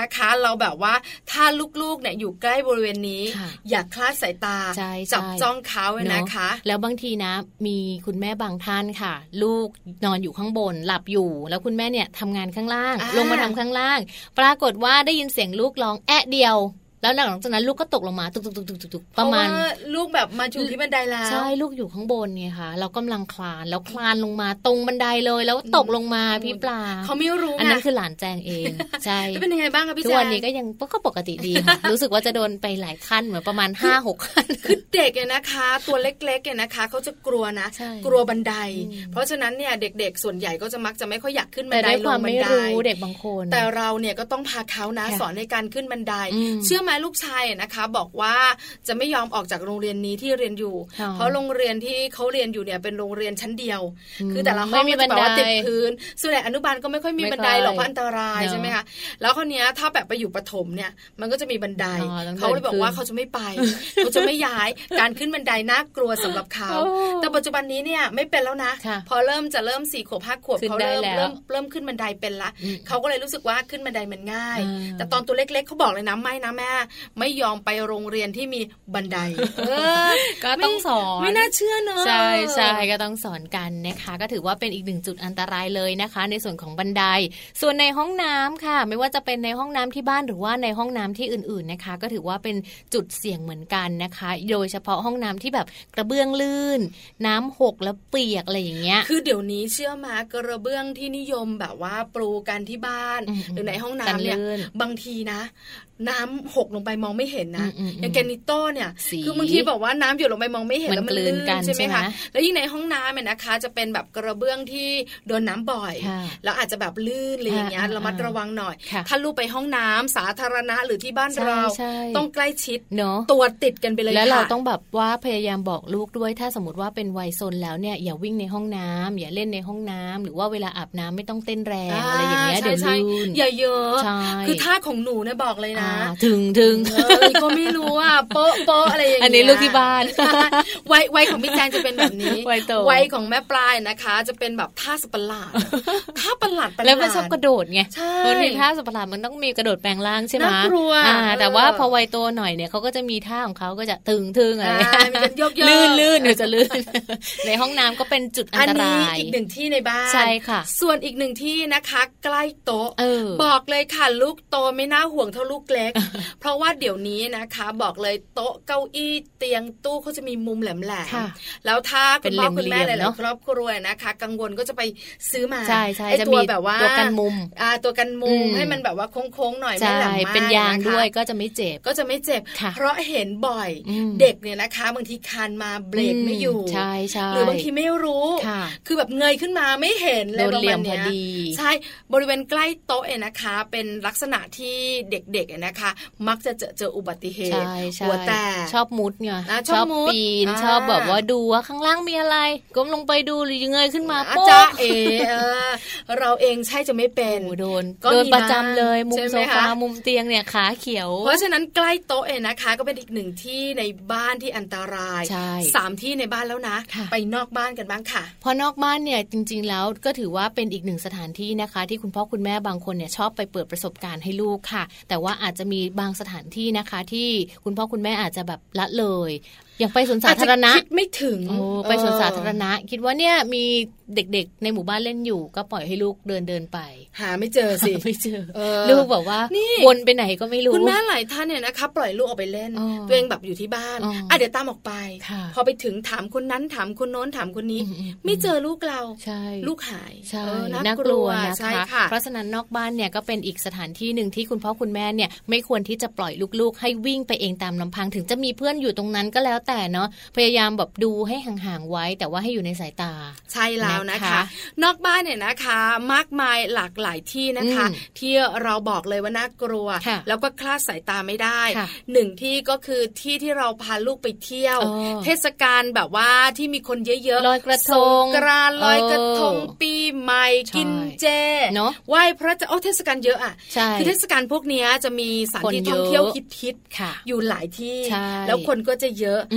S4: นะคะเราแบบว่าถ้าลูกๆเนี่ยอยู่ใกล้บริเวณนี้อย่าคลาดสายตาจับจ้องเขาไว้นะคะ
S3: แล้วบางทีนะมีคุณแม่บางท่านค่ะลูกนอนอยู่ข้างบนหลับอยู่แล้วคุณแม่เนี่ยทำงานข้างล่างลงมาทำข้างล่างปรากฏว่าได้ยินเสียงลูกร้องแอะเดียวแล้วหลังจากนั้นลูกก็ตกลงมาตุกๆๆๆประมาณ
S4: ลูกแบบมาอยู่ที่บันไดแล้ว
S3: ใช่ลูกอยู่ข้างบนไงคะเรากำลังคลานแล้วคลานลงมาตรงบันไดเลยแล้วตกลงมาพี่ปลา
S4: เขาไม่รู้
S3: อันนั้นคือหลานแจงเองใช่
S4: เป็นยังไงบ้างคะพี่แจง
S3: ทุกวันนี้ก็ยังก็ปกติดีค่ะรู้สึกว่าจะโดนไปหลายขั้นเหมือนประมาณ 5-6 ขั้น
S4: คือเด็กเนี่ยนะคะตัวเล็กๆเนี่ยนะคะเขาจะกลัวนะกลัวบันไดเพราะฉะนั้นเนี่ยเด็กๆส่วนใหญ่ก็จะมักจะไม่ค่อยอยากขึ้นบันไดลงบันได
S3: เด็กบางคน
S4: แต่เราเนี่ยก็ต้องพาเขานะสอนในการขึ้นบันไดเชื่อไหมลูกชายนะคะบอกว่าจะไม่ยอมออกจากโรงเรียนนี้ที่เรียนอยู่เพราะโรงเรียนที่เขาเรียนอยู่เนี่ยเป็นโรงเรียนชั้นเดียวคือแต่ละห้องจะแบบว่าติดพื้นส่วนใหญ่อนุบาลก็ไม่ค่อยมีบันไดหรอกเพราะอันตรายใช่ไหมคะแล้วคราวนี้ถ้าแบบไปอยู่ประถมเนี่ยมันก็จะมีบันไดเขาเลยบอกว่าเขาจะไม่ไปเขาจะไม่ย้ายการขึ้นบันไดน่ากลัวสำหรับเขาแต่ปัจจุบันนี้เนี่ยไม่เป็นแล้วนะพอเริ่ม4 ขวบ5 ขวบเขาเริ่มขึ้นบันไดเป็นละเขาก็เลยรู้สึกว่าขึ้นบันไดมันง่ายแต่ตอนตัวเล็กๆเขาบอกเลยนะไม่นะแม่ไม่ยอมไปโรงเรียนที่มีบันได
S3: ก็ต้องสอน
S4: ไม่น่าเชื่อเนอะ
S3: ใช่ก็ต้องสอนกันนะคะก็ถือว่าเป็นอีกหนึ่งจุดอันตรายเลยนะคะในส่วนของบันไดส่วนในห้องน้ำค่ะไม่ว่าจะเป็นในห้องน้ำที่บ้านหรือว่าในห้องน้ำที่อื่นๆนะคะก็ถือว่าเป็นจุดเสี่ยงเหมือนกันนะคะโดยเฉพาะห้องน้ำที่แบบกระเบื้องลื่นน้ำหกแล้วเปียกอะไรอย่างเงี้ย
S4: คือเดี๋ยวนี้เชื่อมากระเบื้องที่นิยมแบบว่าปลูกันที่บ้านหรือในห้องน้ำเนี่ยบางทีนะน้ำหกลงไปมองไม่เห็นนะอย่างแกนิโต้เนี่ยคือบางทีบอกว่าน้ำหยดลงไปมองไม่เห็นแล้วมันลื่นใช่ไหมคะแล้วยิ่งในห้องน้ำเนี่ยนะคะจะเป็นแบบกระเบื้องที่โดนน้ำบ่อยแล้วอาจจะแบบลื่นอะไรอย่างเงี้ยระมัดระวังหน่อยถ้าลูกไปห้องน้ำสาธารณะหรือที่บ้านเราต้องใกล้ชิดตัวติดกันไปเลย
S3: แล้วเราต้องแบบว่าพยายามบอกลูกด้วยถ้าสมมติว่าเป็นวัยซนแล้วเนี่ยอย่าวิ่งในห้องน้ำอย่าเล่นในห้องน้ำหรือว่าเวลาอาบน้ำไม่ต้องเต้นแรงอะไรอย่างเงี้ยเดี๋ยวลื่น
S4: อย่าเยอะคือท่าของหนูเนี่ยบอกเลยนะ
S3: ถึง
S4: ก็ไม่รู้อ่ะโป๊ะอะไรอย่างเงี้ย
S3: อันนี้ลูกที่บ้าน
S4: วัยของพี่แจงจะเป็นแบบนี้วัยของแม่ปลายนะคะจะเป็นแบบท่าสับประหลาดท่าประหลาด
S3: แล้วมันชอบกระโดดไงบางทีท่าสับประหลาดมันต้องมีกระโดดแปลงร่างใช่ไหมน่ากลัวแต่ว่าพอวัยโตหน่อยเนี่ยเขาก็จะมีท่าของเขาก็จะตึงอะไรลื่นเดี๋ยวจะลื่นในห้องน้ำก็เป็นจุดอันตราย
S4: อีกหนึ่งที่ในบ้าน
S3: ใช่ค่ะ
S4: ส่วนอีกหนึ่งที่นะคะใกล้โต๊ะบอกเลยค่ะลูกโตไม่น่าห่วงเท่าลูกเล็กเพราะว่าเดี๋ยวนี้นะคะบอกเลยโต๊ะเก้าอี้เตียงตู้เขาจะมีมุมแหลมๆแล้วถ้าคุณพ่อคุณแม่หลายๆครอบครัวนะคะกังวลก็จะไปซื้อมา
S3: ไอ้ตัวแบบว่าตัวกันมุม
S4: ตัวกันมุมให้มันแบบว่าโค้งๆหน่อยไม่แหลมมาก
S3: เป็นยางด้วยก็จะไม่เจ็บ
S4: เพราะเห็นบ่อยเด็กเนี่ยนะคะบางทีคานมาเบรกไม่อยู่หรือบางทีไม่รู้คือแบบเงยขึ้นมาไม่เห็นเลยประมาณนี้ใช่บริเวณใกล้โต๊ะเนี่ยนะคะเป็นลักษณะที่เด็กๆนะคะมักจะเจออุบัติเหตุหัวแตก
S3: ชอบมุดไงชอบปีนชอบแบบว่าดูว่าข้างล่างมีอะไรก้มลงไปดูหรือเงยขึ้นมาโป๊ะ
S4: เราเองใช่จะไม่เป็น
S3: โดนประจำเลยมุมโซฟามุมเตียงเนี่ยขาเขียว
S4: เพราะฉะนั้นใกล้โต๊ะนะคะก็เป็นอีกหนึ่งที่ในบ้านที่อันตราย3ที่ในบ้านแล้วนะไปนอกบ้านกันบ้างค่ะ
S3: พอนอกบ้านเนี่ยจริงๆแล้วก็ถือว่าเป็นอีกหนึ่งสถานที่นะคะที่คุณพ่อคุณแม่บางคนเนี่ยชอบไปเปิดประสบการณ์ให้ลูกค่ะแต่ว่าอาจจะมีบางสถานที่นะคะที่คุณพ่อคุณแม่อาจจะแบบละเลยอย่างไปสวนสาธารณะ
S4: คิดไม่ถึง
S3: ไปสวนสาธารณะคิดว่าเนี่ยมีเด็กๆในหมู่บ้านเล่นอยู่ก็ปล่อยให้ลูกเดินไป
S4: หาไม่เจอสิ
S3: ไม่เจอลูกบอกว่าวนไปไหนก็ไม่รู้
S4: คุณแม่หลายท่านเนี่ยนะคะปล่อยลูกออกไปเล่นตัวเองแบบอยู่ที่บ้านเดี๋ยวตามออกไปพอไปถึงถามคนนั้นถามคนโน้นถามคนนี้ไม่เจอลูกเราลูกหาย
S3: น่ากลัวนะคะเพราะฉะนั้นนอกบ้านเนี่ยก็เป็นอีกสถานที่นึงที่คุณพ่อคุณแม่เนี่ยไม่ควรที่จะปล่อยลูกๆให้วิ่งไปเองตามลำพังถึงจะมีเพื่อนอยู่ตรงนั้นก็แล้วแต่เนาะพยายามแบบดูให้ห่างๆไว้แต่ว่าให้อยู่ในสายตา
S4: ใช่แล้วนะคะนอกบ้านเนี่ยนะคะมากมายหลากหลายที่นะคะที่เราบอกเลยว่าน่ากลัวแล้วก็คลาดสายตาไม่ได้หนึ่งที่ก็คือที่ที่เราพาลูกไปเที่ยวเทศกาลแบบว่าที่มีคนเยอะ
S3: ๆลอยกระทง
S4: กรานต์ลอยกระทงปีใหม่กินเจไหว้พระจะเทศกาลเยอะอ่ะคือเทศกาลพวกนี้จะมีสถานที่ท่องเที่ยวฮิตๆอยู่หลายที่แล้วคนก็จะเยอะ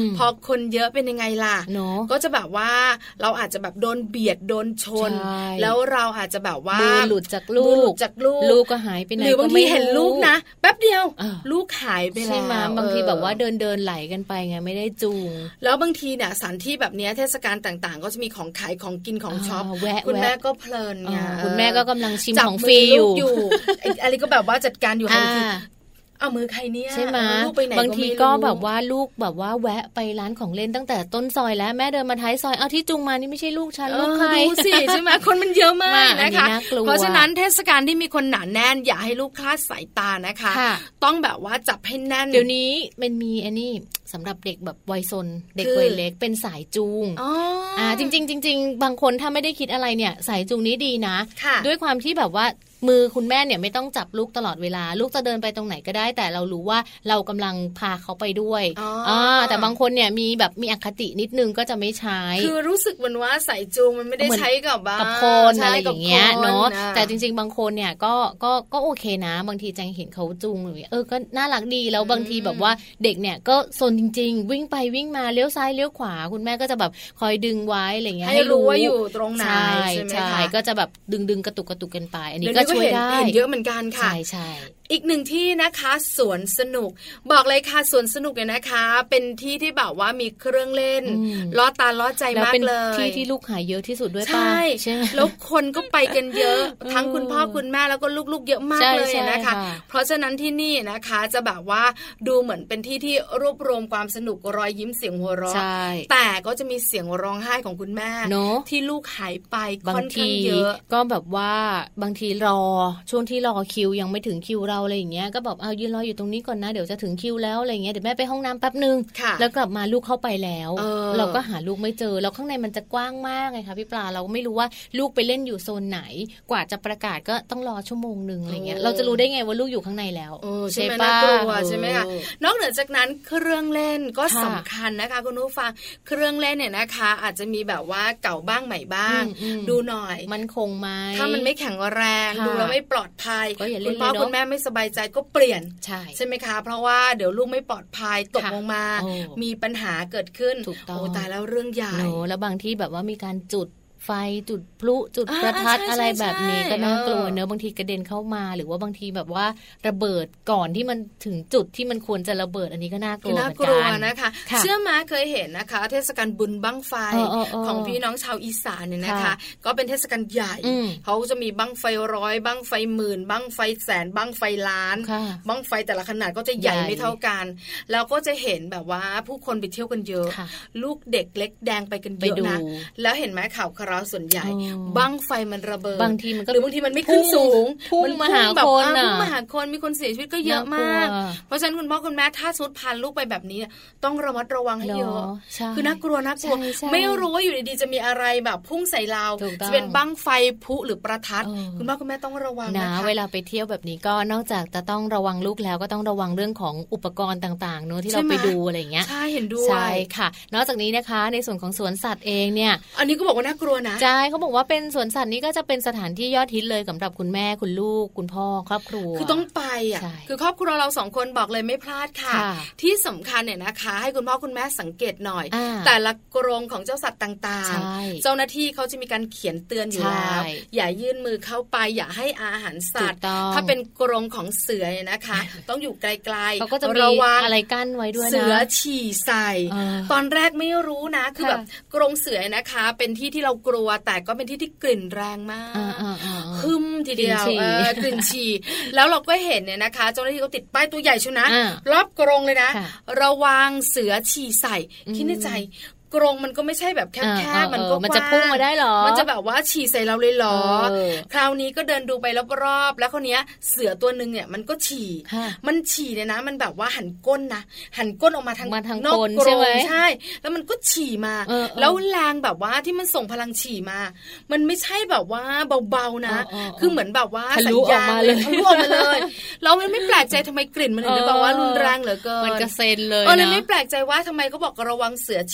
S4: พอคนเยอะเป็นยังไงล่ะก็จะแบบว่าเราอาจจะแบบโดนเบียดโดนชนแล้วเราอาจจะแบบว่า
S3: หลุดจากลูกก็หายไปไหน
S4: หรือบางทีเห็นลูกนะแป๊บเดียวลูกหายไปแล้ว
S3: ใช่ไหมบางทีแบบว่าเดินไหลกันไปไงไม่ได้จูง
S4: แล้วบางทีเนี่ยสถานที่แบบนี้เทศกาลต่างๆก็จะมีของขายของกินของช็อปคุณแม่ก็เพลินไง
S3: คุณแม่ก็กำลังชิมของฟรีอยู่
S4: อะไรก็แบบว่าจัดการอยู่เอามือใครเนี่ย
S3: ใช่ไหมบางทีก็แบบว่าลูกแบบว่าแวะไปร้านของเล่นตั้งแต่ต้นซอยแล้วแม่เดินมาท้ายซอยเอาที่จุงมานี่ไม่ใช่ลูกฉันลูกใคร
S4: ดูสิใช่ไหมคนมันเยอะมากนะคะเพราะฉะนั้นเทศกาลที่มีคนหนาแน่นอย่าให้ลูกคลาดสายตานะคะต้องแบบว่าจับให้แน่น
S3: เดี๋ยวนี้มันมีอันนี้สำหรับเด็กแบบวัยซนเด็กวัยเล็กเป็นสายจูงจริงบางคนถ้าไม่ได้คิดอะไรเนี่ยสายจูงนี้ดีนะด้วยความที่แบบว่ามือคุณแม่เนี่ยไม่ต้องจับลูกตลอดเวลาลูกจะเดินไปตรงไหนก็ได้แต่เรารู้ว่าเรากำลังพาเขาไปด้วยแต่บางคนเนี่ยมีแบบมีอคตินิดนึงก็จะไม่ใช้
S4: คือรู้สึกเหมือนว่าสายจูงมันไม่ได้ใช้กับ
S3: คนอะไรอย่างเงี้ยเนาะแต่จริงๆบางคนเนี่ยก็โอเคนะบางทีจังเห็นเขาจูงเลยก็น่ารักดีแล้วบางทีแบบว่าเด็กเนี่ยก็ซนจริงๆวิ่งไปวิ่งมาเลี้ยวซ้ายเลี้ยวขวาคุณแม่ก็จะแบบคอยดึงไว้อะไรเงี้ย
S4: ให้รู้ว่าอยู่ตรงไหนใช่ไหมคะ
S3: ก็จะแบบดึงกระตุกกันไปอันนี้ก็ช่วยได้
S4: เห็นเยอะเหมือนกันค่ะ
S3: ใช่
S4: อีกหนึ่งที่นะคะสวนสนุกบอกเลยค่ะสวนสนุกเนี่ยนะคะเป็นที่ที่แบบว่ามีเครื่องเล่นล้อตาล้อใจมากเลย
S3: ที่ที่ลูกหายเยอะที่สุดด้วยป่ะ
S4: ใช่แล้วคนก็ไปกันเยอะทั้งคุณพ่อคุณแม่แล้วก็ลูกๆเยอะมากเลยนะคะเพราะฉะนั้นที่นี่นะคะจะแบบว่าดูเหมือนเป็นที่ที่รวบรวมความสนุกรอยยิ้มเสียงหัวเราะแต่ก็จะมีเสียงร้องไห้ของคุณแม่ที่ลูกหายไปค่อนข้างเยอะ
S3: ก็แบบว่าบางทีรอช่วงที่รอคิวยังไม่ถึงคิวเราอะไรอย่างเงี้ยก็แบบเอายืนรออยู่ตรงนี้ก่อนนะเดี๋ยวจะถึงคิวแล้วอะไรเงี้ยเดี๋ยวแม่ไปห้องน้ำแป๊บนึงแล้วกลับมาลูกเข้าไปแล้วเราก็หาลูกไม่เจอแล้วข้างในมันจะกว้างมากไงคะพี่ปลาเราไม่รู้ว่าลูกไปเล่นอยู่โซนไหนกว่าจะประกาศก็ต้องรอชั่วโมงนึงอะไรเงี้ยเราจะรู้ได้ไงว่าลูกอยู่ข้างในแล้ว
S4: ใช่ไหมน่ากลัวใช่ไหมคะนอกเหนือจากนั้นเครื่องเล่นก็สำคัญนะคะคุณผู้ฟังเครื่องเล่นเนี่ยนะคะอาจจะมีแบบว่าเก่าบ้างใหม่บ้างดูหน่อย
S3: มันคงไหม
S4: ถ้ามันไม่แข็งแรงดูแล้วไม่ปลอดภัยคุณพ่อคุณแม่ไม่สบายใจก็เปลี่ยนใช่ไหมคะเพราะว่าเดี๋ยวลูกไม่ปลอดภัยตกลงมามีปัญหาเกิดขึ้นโอ้ตายแล้วเรื่องใหญ่
S3: แล้วบางที่แบบว่ามีการจุดไฟจุดพลุจุดประทัดอะไรแบบนี้ก็น่ากลัวเนอะบางทีกระเด็นเข้ามาหรือว่าบางทีแบบว่าระเบิดก่อนที่มันถึงจุดที่มันควรจะระเบิดอันนี้ก็น่ากลัวเหมือนกัน
S4: นะคะเชื่อมาเคยเห็นนะคะเทศกาลบุญบั้งไฟของพี่น้องชาวอีสานเนี่ยนะคะก็เป็นเทศกาลใหญ่เขาจะมีบั้งไฟ100บั้งไฟ10,000บั้งไฟแสนบั้งไฟล้านบั้งไฟแต่ละขนาดก็จะใหญ่ไม่เท่ากันแล้วก็จะเห็นแบบว่าผู้คนไปเที่ยวกันเยอะลูกเด็กเล็กแดงไปกันเยอะนะแล้วเห็นไหมข่าวส่วนใหญ่บั้งไฟมันระเบิด
S3: บางทีมันก็
S4: หรือบางทีมันไม่ขึ้นสูง
S3: มันมาหาคน
S4: พุ่งมาหาคนมีคนเสียชีวิตก็เยอะมากเพราะฉะนั้นคุณพ่อคุณแม่ถ้าชุดพาลูกไปแบบนี้ต้องระมัดระวังให้เยอะคือน่ากลัวไม่รู้ว่าอยู่ดีๆจะมีอะไรแบบพุ่งใส่เราจะเป็นบั้งไฟพุหรือประทัดคุณพ่อคุณแม่ต้องระวังนะคะ
S3: เวลาไปเที่ยวแบบนี้ก็นอกจากจะต้องระวังลูกแล้วก็ต้องระวังเรื่องของอุปกรณ์ต่างๆเนอะที่เราไปดูอะไรอย่างเงี้ย
S4: ใช่เห็นด้วย
S3: ใช่ค่ะนอกจากนี้นะคะในส่วนของสวนสัตว์เองเนี่ย
S4: อันนี้ก็บอกว่าน่ากลัวนะ
S3: ใช่เขาบอกว่าเป็นสวนสัตว์นี้ก็จะเป็นสถานที่ยอดฮิตเลยสำหรับคุณแม่คุณลูกคุณพ่อครอบครัว
S4: คือต้องไปอ่ะคือครอบครัวเรา2คนบอกเลยไม่พลาดค่ะที่สำคัญเนี่ยนะคะให้คุณพ่อคุณแม่สังเกตหน่อยแต่ละกรงของเจ้าสัตว์ต่างๆเจ้าหน้าที่เขาจะมีการเขียนเตือนอยู่แล้วอย่ายื่นมือเข้าไปอย่าให้อาหารสัตว์ถ้าเป็นกรงของเสือเนี่ยนะคะต้องอยู่ไกลๆ
S3: เขาก็จะระวังอะไรกั้นไว้ด้วยนะ
S4: เสือฉี่ใส่ตอนแรกไม่รู้นะคือแบบกรงเสือนะคะเป็นที่ที่เรากลัวแต่ก็เป็นที่ที่กลิ่นแรงมากคึมทีเดียวกลิ่นฉี่แล้วเราก็เห็นเนี่ยนะคะเจ้าหน้าที่เขาติดป้ายตัวใหญ่ชุนะรอบกรงเลยนะระวังเสือฉี่ใส่คิดในใจกรงมันก็ไม่ใช่แบบแคบๆมันก็
S3: มันจะพุ่งมาได้หรอ
S4: มันจะแบบว่าฉี่ใส่เราเลยหรอคราวนี้ก็เดินดูไปรอบๆแล้วคนนี้เสือตัวนึงเนี่ยมันก็ฉี่มันฉี่เนี่ยนะมันแบบว่าหันก้นนะหันก้นออกมาทางนอกกรงใช่แล้วมันก็ฉี่มาแล้วแรงแบบว่าที่มันส่งพลังฉี่มามันไม่ใช่แบบว่าเบาๆนะคือเหมือนแบบว่า
S3: ทะลุออกมา
S4: เลยเราไม่แปลกใจทำไมกลิ่นมันถึงได้บอกว่ารุนแรงเหลือเกิน
S3: มันกระเซ็นเลย
S4: เลยไม่แปลกใจว่าทำไมเขาบอกระวังเสือฉี่ใส่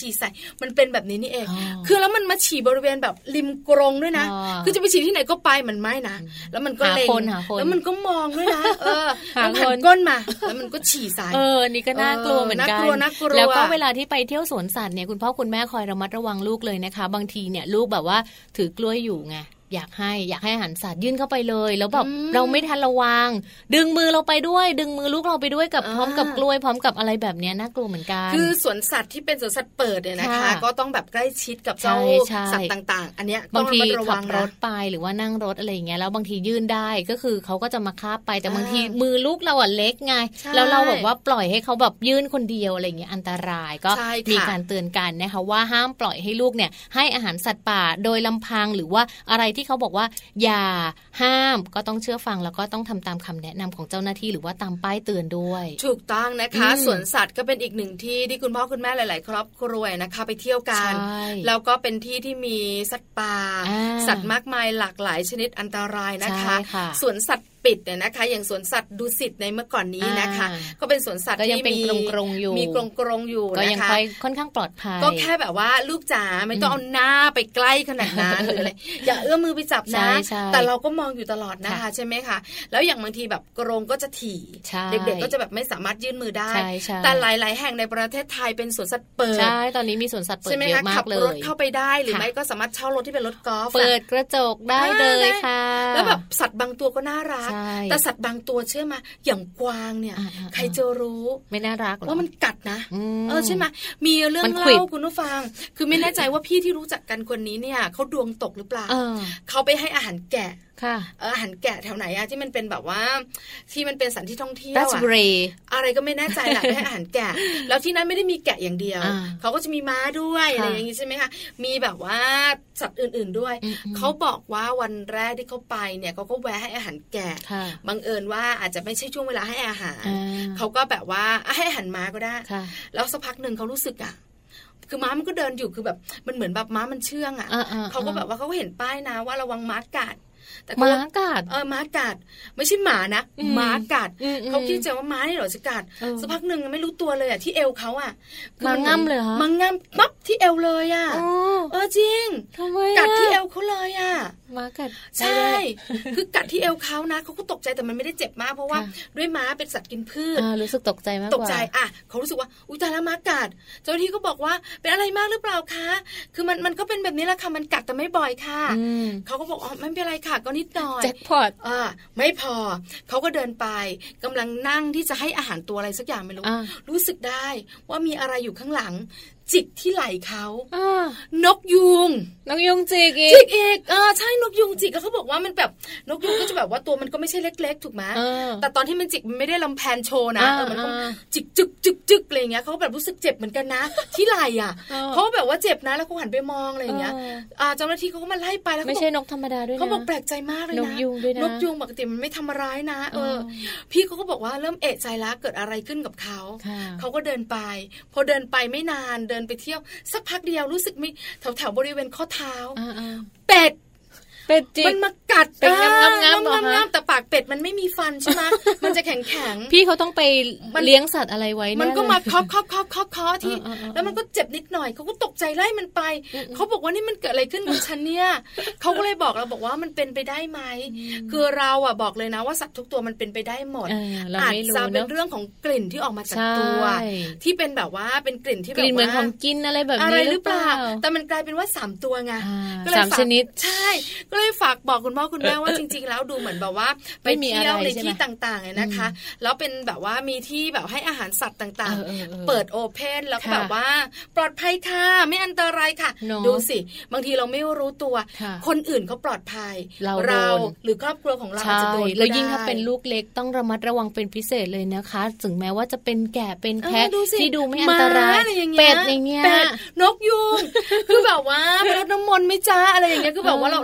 S4: มันเป็นแบบนี้นี่เองคือแล้วมันมาฉี่บริเวณแบบริมกรงด้วยนะคือจะไปฉี่ที่ไหนก็ไปมันไม่นะแล้วมันก็เล็งแล้วมันก็มองด้วยนะแล้วหันก้นมาแล้วมันก็ฉี่ใส่
S3: นี่ก็น่ากลัวเหมือนกันแล้วก็เวลาที่ไปเที่ยวสวนสัตว์เนี่ยคุณพ่อคุณแม่คอยระมัดระวังลูกเลยนะคะบางทีเนี่ยลูกแบบว่าถือกล้วยอยู่ไงอยากให้อาหารสัตว์ยื่นเข้าไปเลยแล้วแบบเราไม่ทันระวังดึงมือเราไปด้วยดึงมือลูกเราไปด้วยกับพร้อมกับกล้วยพร้อมกับอะไรแบบนี้น่ากลัวเหมือนกัน
S4: คือสวนสัตว์ที่เป็นสวนสัตว์เปิดเนี่ยนะคะก็ต้องแบบใกล้ชิดกับเจ้าสัตว์ต่างๆอันเนี้ย
S3: บางทีขับรถไปหรือว่านั่งรถอะไรอย่างเงี้ยแล้วบางทียื่นได้ก็คือเขาก็จะมาคาบไปแต่บางทีมือลูกเราอ่ะเล็กไงแล้วเราแบบว่าปล่อยให้เขาแบบยื่นคนเดียวอะไรอย่างเงี้ยอันตรายก็มีการเตือนกันนะคะว่าห้ามปล่อยให้ลูกเนี่ยให้อาหารสัตว์ป่าโดยลำพังหรือว่าอะไรที่เขาบอกว่าอย่าห้ามก็ต้องเชื่อฟังแล้วก็ต้องทำตามคำแนะนำของเจ้าหน้าที่หรือว่าตามป้ายเตือนด้วย
S4: ถูกต้องนะคะสวนสัตว์ก็เป็นอีกหนึ่งที่ที่คุณพ่อคุณแม่หลายๆครอบครัวนะคะไปเที่ยวกันแล้วก็เป็นที่ที่มีสัตว์ป่าสัตว์มากมายหลากหลายชนิดอันตรายนะคะสวนสัตว์ปิดเนี่ยนะคะอย่างสวนสัตว์ดุสิตในเมื่อก่อนนี้นะคะก็เป็นสวนสัตว์ที่มี
S3: กรงอยู่
S4: มีกรงอยู่
S3: ก็ยังค่อนข้างปลอดภัย
S4: ก็แค่แบบว่าลูกจ๋าไม่ต้องเอาหน้าไปใกล้ขนาดนั้นหรืออะไรอย่าเอื้อมมือไปจับนะแต่เราก็มองอยู่ตลอดนะคะใช่ไหมคะแล้วอย่างบางทีแบบกรงก็จะถี่เด็กๆก็จะแบบไม่สามารถยื่นมือได้แต่หลายๆแห่งในประเทศไทยเป็นสวนสัตว์เปิด
S3: ใช่ตอนนี้มีสวนสัตว์เปิดเยอะมากเลย
S4: ขับรถเข้าไปได้หรือไม่ก็สามารถเช่ารถที่เป็นรถกอล์ฟ
S3: เปิดกระจกได้เลยค่ะ
S4: แล้วแบบสัตว์บางตัวก็น่ารักแต่สัตว์บางตัวเชื่อมาอย่างกวางเนี่ยใครจะรู้
S3: ไม่น่ารัก
S4: ว่ามันกัดนะใช่ไหมมีเรื่องเล่าคุณผู้ฟังคือไม่แน่ใจว่าพี่ที่รู้จักกันคนนี้เนี่ยเขาดวงตกหรือเปล่าเขาไปให้อาหารแกะอาหารแกะแถวไหนอะที่มันเป็นแบบว่าที่มันเป็นสถานที่ท่องเที่ยวอะอะไรก็ไม่แน่ใจแหละไปให้อาหารแกะแล้วที่นั้นไม่ได้มีแกะอย่างเดียวเขาก็จะมีม้าด้วยอะไรอย่างงี้ใช่ไหมคะมีแบบว่าสัตว์อื่นๆด้วยเขาบอกว่าวันแรกที่เขาไปเนี่ยเขาก็แวะให้อาหารแกะบังเอิญว่าอาจจะไม่ใช่ช่วงเวลาให้อาหารเขาก็แบบว่าให้อาหารม้าก็ได้แล้วสักพักหนึ่งเขารู้สึกอะคือม้ามันก็เดินอยู่คือแบบมันเหมือนแบบม้ามันเชื่องอ่ะเขาก็แบบว่าเขาก็เห็นป้ายนะว่าระวังม้ากัด
S3: แต่ม้ากัด
S4: ม้ากัดไม่ใช่หมานะม้ากัดเขาคิดใจว่าม้านี่เหรอจะกัดสักพักหนึ่งไม่รู้ตัวเลยอ่ะที่เอวเขาอ่ะ
S3: ม้าง่ำเลยเหรอ
S4: ม้าง่ำปั๊บที่เอวเลยอ่ะจริงกัดที่เอวเขาเลยอ่ะ
S3: ม้ากัด
S4: ใช่คือกัดที่เอวเขานะเขาก็ตกใจแต่มันไม่ได้เจ็บมากเพราะว่าด้วยม้าเป็นสัตว์กินพืช
S3: รู้สึกตกใจมากกว่า
S4: ตกใจอ่ะเขารู้สึกว่าอุ๊ยตายแล้วม้ากัดเจ้าหน้าที่ก็บอกว่าเป็นอะไรมากหรือเปล่าคะคือมันก็เป็นแบบนี้แหละค่ะมันกัดแต่ไม่บ่อยค่ะเขาก็บอกอ๋อไม่เป็นไรค่ะก็นิดหน่อย
S3: แจ็คพอต
S4: ไม่พอเขาก็เดินไปกำลังนั่งที่จะให้อาหารตัวอะไรสักอย่างไม่รู้สึกได้ว่ามีอะไรอยู่ข้างหลังจิกที่ไหล่เขานกยูง
S3: จิกอี
S4: กใช่นกยูงจิกเขาบอกว่ามันแบบนกยูงก็จะแบบว่าตัวมันก็ไม่ใช่เล็กๆถูกไหมแต่ตอนที่มันจิกมันไม่ได้ลำแพนโชว์นะมันก็จิกจึกอะไรเงี้ยเขาแบบรู้สึกเจ็บเหมือนกันนะที่ไหล่อ่ะเขาแบบว่าเจ็บนะแล้วเขาหันไปมองอะไรอย่างเงี้ยเจ้าหน้าที่เขาก็มาไล่ไปแล้ว
S3: ไม่ใช่นกธรรมดาด้วยนะ
S4: เขาบอกแปลกใจมากเลยนะ
S3: นกยูงด้วยนะ
S4: นกยูงปกติมันไม่ทำร้ายนะพี่เขาก็บอกว่าเริ่มเอะใจแล้วเกิดอะไรขึ้นกับเขาเขาก็เดินไปพอเดินไปไม่นานเดินไปเที่ยวสักพักเดียวรู้สึกไม่แถวบริเวณข้อเท้าเป็ดมันมากัด
S3: เป็นงับ
S4: แต่ปากเป็ดมันไม่มีฟันใช่ไหมมันจะแข็ง
S3: พี่เขาต้องไปเลี้ยงสัตว์อะไรไว้
S4: มันก็มาเคาะที่แล้วมันก็เจ็บนิดหน่อยเขาก็ตกใจไล่มันไปเขาบอกว่านี่มันเกิดอะไรขึ้นกับฉันเนี่ยเขาก็เลยบอกเราบอกว่ามันเป็นไปได้ไหมคือเราอ่ะบอกเลยนะว่าสัตว์ทุกตัวมันเป็นไปได้หมดอาจจะเป็นเรื่องของกลิ่นที่ออกมาจากตัวที่เป็นแบบว่าเป็นกลิ่นที่แบบว่า
S3: เหมือนของกินอะไรแบบนี้หรือเปล่า
S4: แต่มันกลายเป็นว่า3ตัวไง
S3: 3ชนิด
S4: ใช่ก็เลยฝากบอกคุณพ่อคุณแม่ว่าจริงๆแล้วดูเหมือนแบบว่าไปเที่ยวในที่ต่างๆเนี่ยนะคะแล้วเป็นแบบว่ามีที่แบบให้อาหารสัตว์ต่างๆเปิดโอเพนแล้วก็แบบว่าปลอดภัยค่ะไม่อันตรายค่ะดูสิบางทีเราไม่รู้ตัวคนอื่นเขาปลอดภัยเราหรือครอบครัวของเราจะโดน
S3: แล้วยิ่งถ้าเป็นลูกเล็กต้องระมัดระวังเป็นพิเศษเลยนะคะถึงแม้ว่าจะเป็นแกะเป็นแพะที่ดูไม่อันตรายเป็ดอย่างเงี้ย
S4: นกยูงคือแบบว่าไปรดน้ำมนต์ไม่จ้าอะไรอย่างเงี้ยคือแบบว่าเรารู้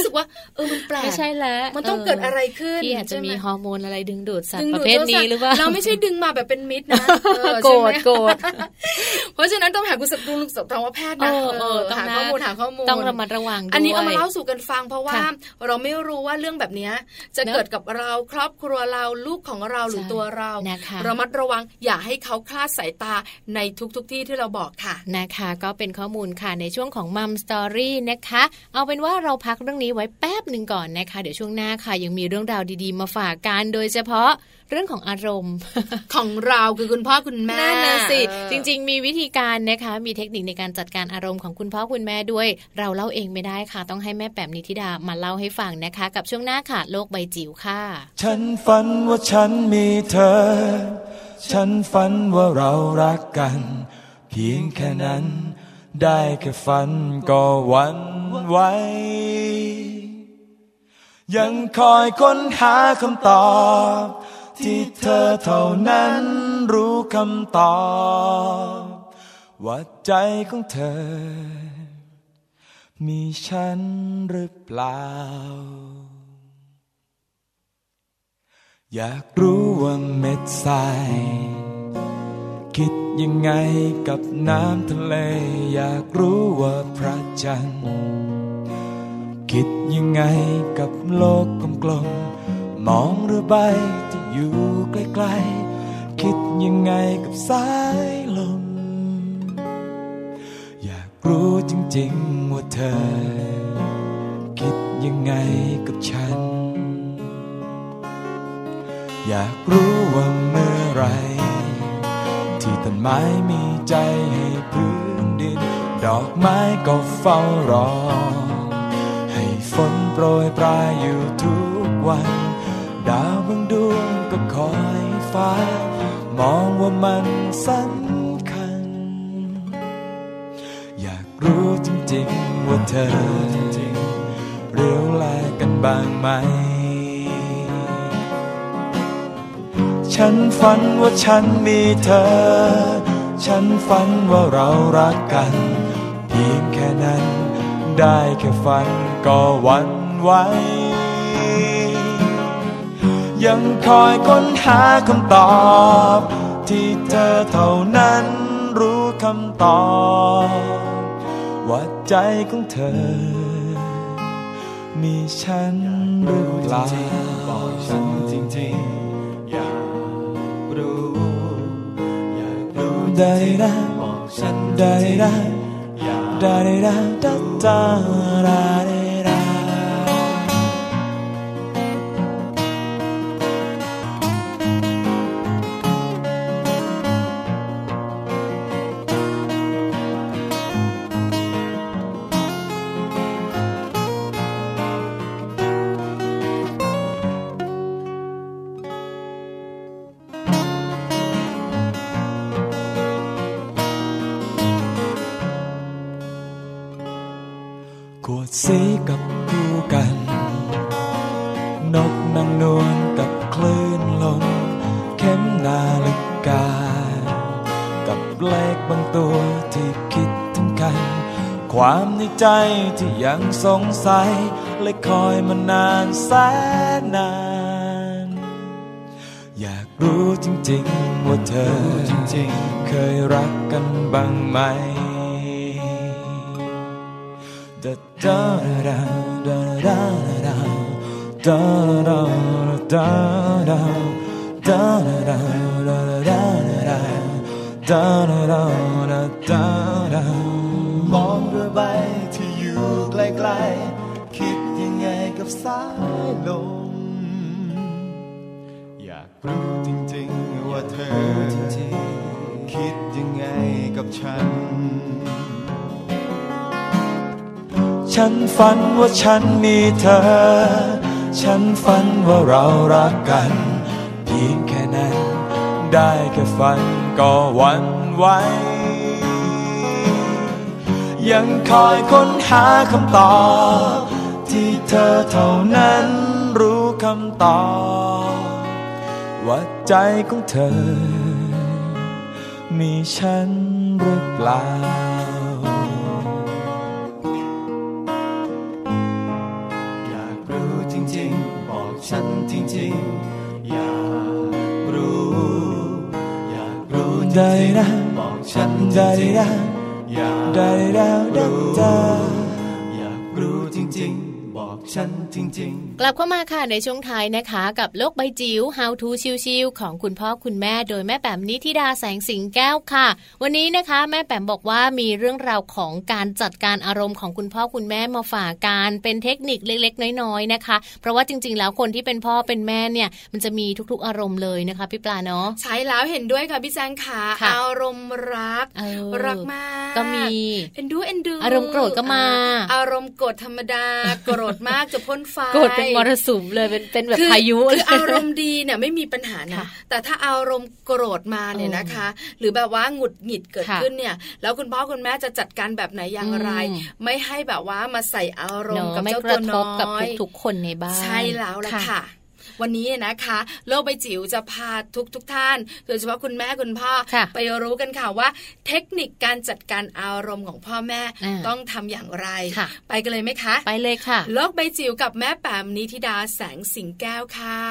S4: รู้สึกว่ามันแปลก
S3: ไม่ใช่แล้ว
S4: มันต้องเกิดอะไรขึ้น
S3: ที่อาจจะมีฮอร์โมนอะไรดึงดูดสัตว์ประเภทนี้หรือเปล่า
S4: เราไม่ใช่ดึงมาแบบเป็นมิตรนะ
S3: โกรธ
S4: เพราะฉะนั้นต้องหาคุณสัตวแพทย์นะหาข้อมูล
S3: ต้องระมัดระวังด้วย
S4: อันนี้เอามาเล่าสู่กันฟังเพราะว่าเราไม่รู้ว่าเรื่องแบบนี้จะเกิดกับเราครอบครัวเราลูกของเราหรือตัวเราระมัดระวังอย่าให้เขาคลาดสายตาในทุกที่ที่เราบอกค่ะ
S3: นะคะก็เป็นข้อมูลค่ะในช่วงของมัมสตอรี่นะคะเอาเป็นว่าเราพักเรื่องนี้ไว้แป๊บนึงก่อนนะคะเดี๋ยวช่วงหน้าค่ะยังมีเรื่องราวดีๆมาฝากกันโดยเฉพาะเรื่องของอารมณ์
S4: ของเราคือคุณพ่อคุณแม่
S3: นั่นน่ะสิจริงๆมีวิธีการนะคะมีเทคนิคในการจัดการอารมณ์ของคุณพ่อคุณแม่ด้วยเราเล่าเองไม่ได้ค่ะต้องให้แม่แป๋มนิธิดามาเล่าให้ฟังนะคะกับช่วงหน้าค่ะโลกใบจิ๋วค่ะ
S5: ฉันฝันว่าฉันมีเธอฉันฝันว่าเรารักกันเพียงแค่นั้นได้แค่ฝันก็หวั่นไหวยังคอยค้นหาคำตอบที่เธอเท่านั้นรู้คำตอบว่าใจของเธอมีฉันหรือเปล่าอยากรู้ว่าเม็ดทรายคิดยังไงกับน้ำทะเลอยากรู้ว่าพระจันทร์คิดยังไงกับโลกกลมๆมองเรือใบที่อยู่ใกล้ๆคิดยังไงกับสายลมอยากรู้จริงๆว่าเธอคิดยังไงกับฉันอยากรู้ว่าเมื่อไรที่ต้นไม้มีใจให้พื้นดินดอกไม้ก็เฝ้ารอให้ฝนโปรยปลายอยู่ทุกวันดาวบางดวงก็คอยฟ้ามองว่ามันสำคัญอยากรู้จริงๆว่าเธอเรียวแลกันบ้างไหมฉันฝันว่าฉันมีเธอฉันฝันว่าเรารักกันเพียงแค่นั้นได้แค่ฝันก็หวั่นไหวยังคอยค้นหาคำตอบที่เธอเท่านั้นรู้คำตอบว่าใจของเธอมีฉันหรือเปล่าบอกฉันจริงๆอยากรู้ได้ได้บอกฉันได้ได้ได้ได้ได้ได้สีกับคู่กันนกนางนวลกับคลื่นลมเข็มนาฬิกากับเลขบางตัวที่คิดถึงกันความในใจที่ยังสงสัยและคอยมานานแสนนานอยากรู้จริงๆว่าเธอเคยรักกันบ้างไหมda da da da da da da da da da da da da da มองเรือใบที่อยู่ไกลๆคิดยังไงกับสายลมอยากรู้จริงๆว่าเธอคิดยังไงกับฉันฉันฝันว่าฉันมีเธอฉันฝันว่าเรารักกันเพียงแค่นั้นได้แค่ฝันก็หวั่นไหวยังคอยค้นหาคำตอบที่เธอเท่านั้นรู้คำตอบว่าใจของเธอมีฉันหรือเปล่าฉันจริงๆอยากรู้ได้นะบอกฉันได้นะอยากรู้จริงๆบอกฉันจริงๆ
S3: กลับเข้ามาค่ะในช่วงท้ายนะคะกับโลกใบจิ๋ว How to ชิวๆของคุณพ่อคุณแม่โดยแม่แป๋มนิธิดาแสงสิงแก้วค่ะวันนี้นะคะแม่แป๋มบอกว่ามีเรื่องราวของการจัดการอารมณ์ของคุณพ่อคุณแม่มาฝากกันเป็นเทคนิคเล็กๆน้อยๆนะคะเพราะว่าจริงๆแล้วคนที่เป็นพ่อเป็นแม่เนี่ยมันจะมีทุกๆอารมณ์เลยนะคะพี่ปลาเนาะ
S4: ใช่แล้วเห็นด้วยค่ะพี่แจงค่ะอารมณ์รักมาก
S3: ก็มี
S4: เอ็นดู
S3: อารมณ์โกรธก็มา
S4: อารมณ์โกรธธรรมดาโกรธมากจะพ่นไฟ
S3: โกรธเป็นมรสุมเลยเป็นแบบพายุ
S4: คืออารมณ์ดีเนี่ยไม่มีปัญหานะแต่ถ้าอารมณ์โกรธมาเนี่ยนะคะหรือแบบว่าหงุดหงิดเกิดขึ้นเนี่ยแล้วคุณพ่อคุณแม่จะจัดการแบบไหนอย่างไรไม่ให้แบบว่ามาใส่อารมณ์กับเจ้าตัวน้อย
S3: กับทุกคนในบ้าน
S4: ใช่แล้วล่ะค่ะวันนี้นะคะโลกใบจิ๋วจะพาทุกท่านโดยเฉพาะคุณแม่คุณพ่อไปรู้กันค่ะว่าเทคนิคการจัดการอารมณ์ของพ่อแม่ต้องทำอย่างไรไปกันเลยไหมคะ
S3: ไปเลยค่ะ
S4: โลกใบจิ๋วกับแม่แป๋มนิธิดาแสงสิงแก้วค่ะ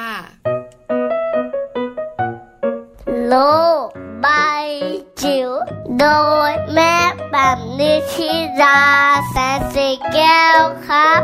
S6: โลกใบจิ๋วโดยแม่แป๋มนิธิดาแสงสิงแก้วครับ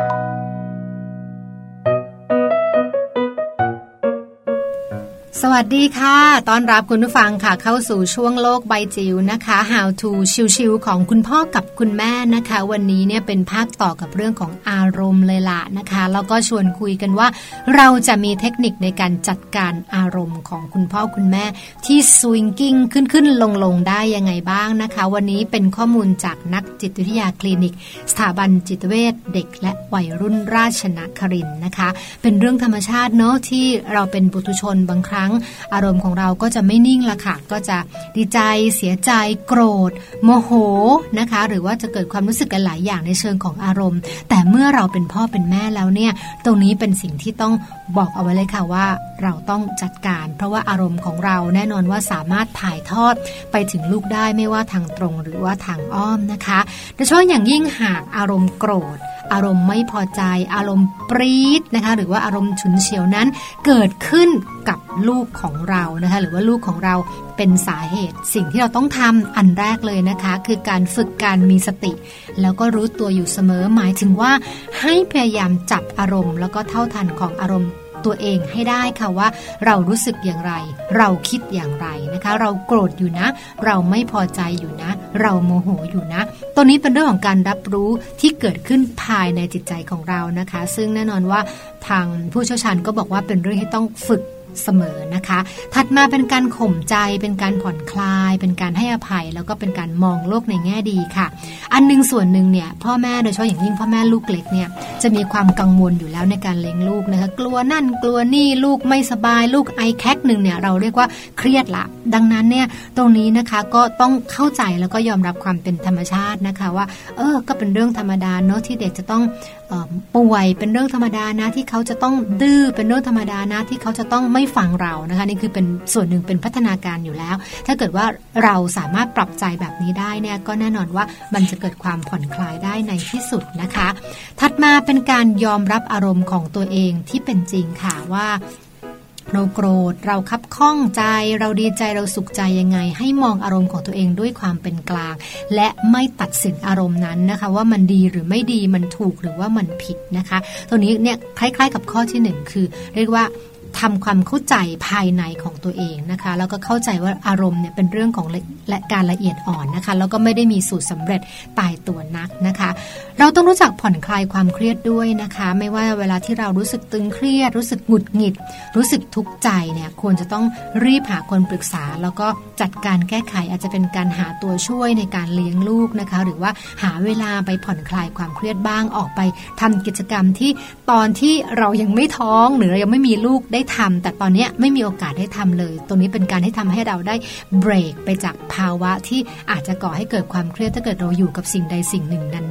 S7: สวัสดีค่ะต้อนรับคุณผู้ฟังค่ะเข้าสู่ช่วงโลกใบจิ๋วนะคะ How to ชิวๆของคุณพ่อกับคุณแม่นะคะวันนี้เนี่ยเป็นภาคต่อกับเรื่องของอารมณ์เลยล่ะนะคะแล้วก็ชวนคุยกันว่าเราจะมีเทคนิคในการจัดการอารมณ์ของคุณพ่อคุณแม่ที่สวิงกิ้งขึ้นลงได้ยังไงบ้างนะคะวันนี้เป็นข้อมูลจากนักจิตวิทยาคลินิกสถาบันจิตเวชเด็กและวัยรุ่นราชนครินทร์นะคะเป็นเรื่องธรรมชาติเนาะที่เราเป็นปุถุชนบางครั้งอารมณ์ของเราก็จะไม่นิ่งละค่ะก็จะดีใจเสียใจโกรธโมโหนะคะหรือว่าจะเกิดความรู้สึกกันหลายอย่างในเชิงของอารมณ์แต่เมื่อเราเป็นพ่อเป็นแม่แล้วเนี่ยตรงนี้เป็นสิ่งที่ต้องบอกเอาไว้เลยค่ะว่าเราต้องจัดการเพราะว่าอารมณ์ของเราแน่นอนว่าสามารถถ่ายทอดไปถึงลูกได้ไม่ว่าทางตรงหรือว่าทางอ้อมนะคะโดยเฉพาะอย่างยิ่งหากอารมณ์โกรธอารมณ์ไม่พอใจอารมณ์ปรี๊ดนะคะหรือว่าอารมณ์ฉุนเฉียวนั้นเกิดขึ้นกับลูกของเรานะคะหรือว่าลูกของเราเป็นสาเหตุสิ่งที่เราต้องทำอันแรกเลยนะคะคือการฝึกการมีสติแล้วก็รู้ตัวอยู่เสมอหมายถึงว่าให้พยายามจับอารมณ์แล้วก็เท่าทันของอารมณ์ตัวเองให้ได้ค่ะว่าเรารู้สึกอย่างไรเราคิดอย่างไรนะคะเราโกรธอยู่นะเราไม่พอใจอยู่นะเราโมโหอยู่นะตัวนี้เป็นเรื่องของการรับรู้ที่เกิดขึ้นภายในจิตใจของเรานะคะซึ่งแน่นอนว่าทางผู้เชี่ยวชาญก็บอกว่าเป็นเรื่องที่ต้องฝึกเสมอนะคะถัดมาเป็นการข่มใจเป็นการผ่อนคลายเป็นการให้อภัยแล้วก็เป็นการมองโลกในแง่ดีค่ะอันนึงส่วนหนึ่งเนี่ยพ่อแม่โดยเฉพาะอย่างยิ่งพ่อแม่ลูกเล็กเนี่ยจะมีความกังวลอยู่แล้วในการเลี้ยงลูกนะคะกลัวนั่นกลัวนี่ลูกไม่สบายลูกไอแคกนึงเนี่ยเราเรียกว่าเครียดละดังนั้นเนี่ยตรงนี้นะคะก็ต้องเข้าใจแล้วก็ยอมรับความเป็นธรรมชาตินะคะว่าก็เป็นเรื่องธรรมดาเนาะที่เด็กจะต้องป่วยเป็นเรื่องธรรมดานะที่เขาจะต้องดื้อเป็นเรื่องธรรมดานะที่เขาจะต้องไม่ฟังเรานะคะนี่คือเป็นส่วนหนึ่งเป็นพัฒนาการอยู่แล้วถ้าเกิดว่าเราสามารถปรับใจแบบนี้ได้เนี่ยก็แน่นอนว่ามันจะเกิดความผ่อนคลายได้ในที่สุดนะคะถัดมาเป็นการยอมรับอารมณ์ของตัวเองที่เป็นจริงค่ะว่าเราโกรธเราคับข้องใจเราดีใจเราสุขใจยังไงให้มองอารมณ์ของตัวเองด้วยความเป็นกลางและไม่ตัดสินอารมณ์นั้นนะคะว่ามันดีหรือไม่ดีมันถูกหรือว่ามันผิดนะคะตัวนี้เนี่ยคล้ายๆกับข้อที่1คือเรียกว่าทำความเข้าใจภายในของตัวเองนะคะแล้วก็เข้าใจว่าอารมณ์เนี่ยเป็นเรื่องของและการละเอียดอ่อนนะคะแล้วก็ไม่ได้มีสูตรสำเร็จตายตัวนักนะคะเราต้องรู้จักผ่อนคลายความเครียดด้วยนะคะไม่ว่าเวลาที่เรารู้สึกตึงเครียดรู้สึกหงุดหงิดรู้สึกทุกข์ใจเนี่ยควรจะต้องรีบหาคนปรึกษาแล้วก็จัดการแก้ไขอาจจะเป็นการหาตัวช่วยในการเลี้ยงลูกนะคะหรือว่าหาเวลาไปผ่อนคลายความเครียดบ้างออกไปทำกิจกรรมที่ตอนที่เรายังไม่ท้องหรือเรายังไม่มีลูกได้ทำแต่ตอนนี้ไม่มีโอกาสได้ทำเลยตรงนี้เป็นการให้ทำให้เราได้เบรกไปจากภาวะที่อาจจะก่อให้เกิดความเครียดถ้าเกิดเราอยู่กับสิ่งใดสิ่งหนึ่งนานๆ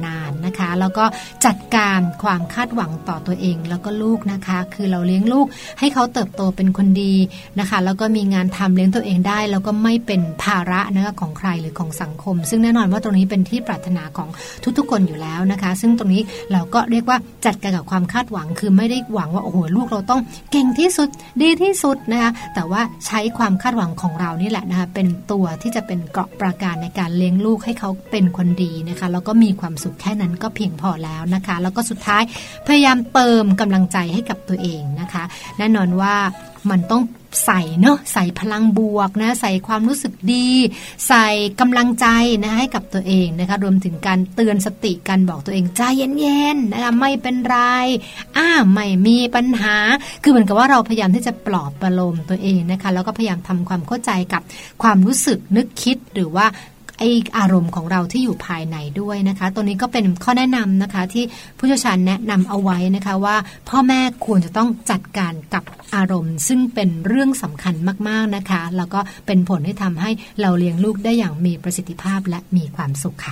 S7: นะคะแล้วก็จัดการความคาดหวังต่อตัวเองแล้วก็ลูกนะคะคือเราเลี้ยงลูกให้เขาเติบโตเป็นคนดีนะคะแล้วก็มีงานทำเลี้ยงตัวเองได้แล้วก็ไม่เป็นภาระนะคะของใครหรือของสังคมซึ่งแน่นอนว่าตรงนี้เป็นที่ปรารถนาของทุกๆคนอยู่แล้วนะคะซึ่งตรงนี้เราก็เรียกว่าจัดการกับความคาดหวังคือไม่ได้หวังว่าโอ้โหลูกเราต้องเก่งที่สุดดีที่สุดนะคะแต่ว่าใช้ความคาดหวังของเรานี่แหละนะคะเป็นตัวที่จะเป็นเกราะประการในการเลี้ยงลูกให้เขาเป็นคนดีนะคะแล้วก็มีความสุขแค่นั้นก็เพียงพอแล้วนะคะแล้วก็สุดท้ายพยายามเติมกำลังใจให้กับตัวเองนะคะแน่นอนว่ามันต้องใส่เนาะใส่พลังบวกนะใส่ความรู้สึกดีใส่กำลังใจนะให้กับตัวเองนะคะรวมถึงการเตือนสติกันบอกตัวเองใจเย็นๆนะคะไม่เป็นไรไม่มีปัญหาคือเหมือนกับว่าเราพยายามที่จะปลอบประโลมตัวเองนะคะแล้วก็พยายามทำความเข้าใจกับความรู้สึกนึกคิดหรือว่าไออารมณ์ของเราที่อยู่ภายในด้วยนะคะตัวนี้ก็เป็นข้อแนะนำนะคะที่ผู้เชี่ยวชาญแนะนำเอาไว้นะคะว่าพ่อแม่ควรจะต้องจัดการกับอารมณ์ซึ่งเป็นเรื่องสำคัญมากๆนะคะแล้วก็เป็นผลที่ทำให้เราเลี้ยงลูกได้อย่างมีประสิทธิภาพและมีความสุขค่ะ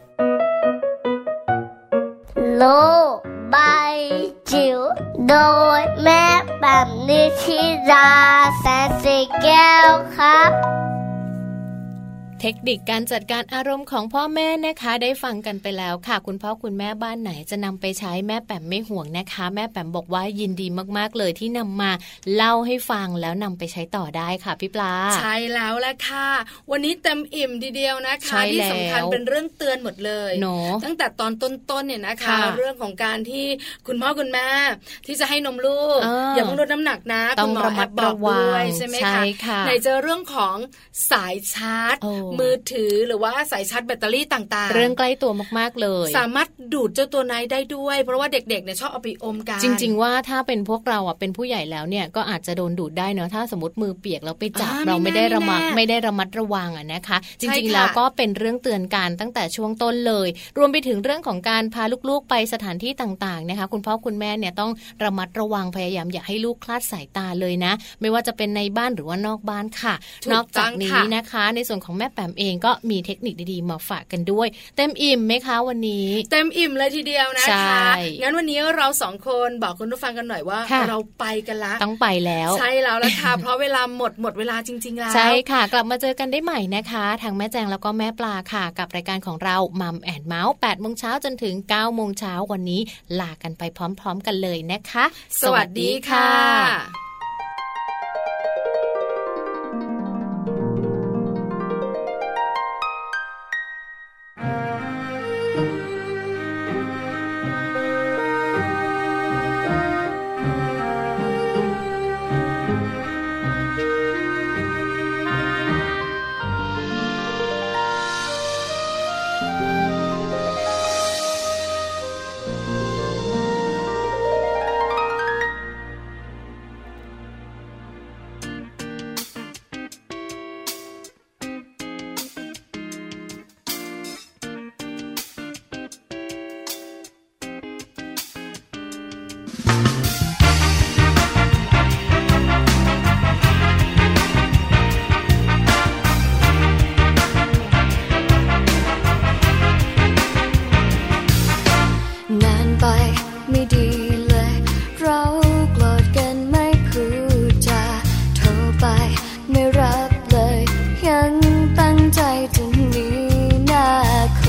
S6: โลกใบจิ๋วโดยแม่แบบนิชิราแสนสีแก้วครับ
S3: เทคนิคการจัดการอารมณ์ของพ่อแม่นะคะได้ฟังกันไปแล้วค่ะคุณพ่อคุณแม่บ้านไหนจะนำไปใช้แม่แป๋มไม่ห่วงนะคะแม่แป๋มบอกว่ายินดีมากๆเลยที่นำมาเล่าให้ฟังแล้วนำไปใช้ต่อได้ค่ะพี่ปลา
S4: ใช่แล้วแหละค่ะวันนี้เต็มอิ่มทีเดียวนะคะที่สำคัญเป็นเรื่องเตือนหมดเลยตั้งแต่ตอนต้นๆเนี่ยนะคะเรื่องของการที่คุณพ่อคุณแม่ที่จะให้นมลูกอย่าเพิ่งลดน้ำหนักนะ
S3: ต้องระมัดระวัง
S4: ใช่ไหมคะในเจอเรื่องของสายชาร์จมือถือหรือว่าสายชาร์จแบตเตอรี่ต่างๆ
S3: เรื่องใกล้ตัวมากๆเลย
S4: สามารถดูดเจ้าตัวไหนได้ด้วยเพราะว่าเด็กๆเนี่ยชอบเอาไปอมกัน
S3: จริงๆว่าถ้าเป็นพวกเราเป็นผู้ใหญ่แล้วเนี่ยก็อาจจะโดนดูดได้เนาะถ้าสมมติมือเปียกแล้วไปจับเราไม่ได้ระมัดระวังนะคะจริงๆแล้วก็เป็นเรื่องเตือนกันตั้งแต่ช่วงต้นเลยรวมไปถึงเรื่องของการพาลูกๆไปสถานที่ต่างๆนะคะคุณพ่อคุณแม่เนี่ยต้องระมัดระวังพยายามอย่าให้ลูกคลาดสายตาเลยนะไม่ว่าจะเป็นในบ้านหรือว่านอกบ้านค่ะนอกจากนี้นะคะในส่วนของแม่แป๋มเองก็มีเทคนิคดีๆมาฝากกันด้วยเต็มอิ่มไหมคะวันนี้
S4: เต็มอิ่มเลยทีเดียวนะคะงั้นวันนี้เราสองคนบอกคุณผู้ฟังกันหน่อยว่าเราไปกันละ
S3: ต้องไปแล้ว
S4: ใช่แล้วละค่ะ เพราะเวลาหมดเวลาจริงๆแล้ว
S3: ใช่ค่ะกลับมาเจอกันได้ใหม่นะคะทางแม่แจงแล้วก็แม่ปลาค่ะกับรายการของเรามัมแอนด์เมาส์ 8 โมงเช้าจนถึง 9 โมงเช้าวันนี้ลากันไปพร้อมๆกันเลยนะคะ
S4: สวัสดีค่ะ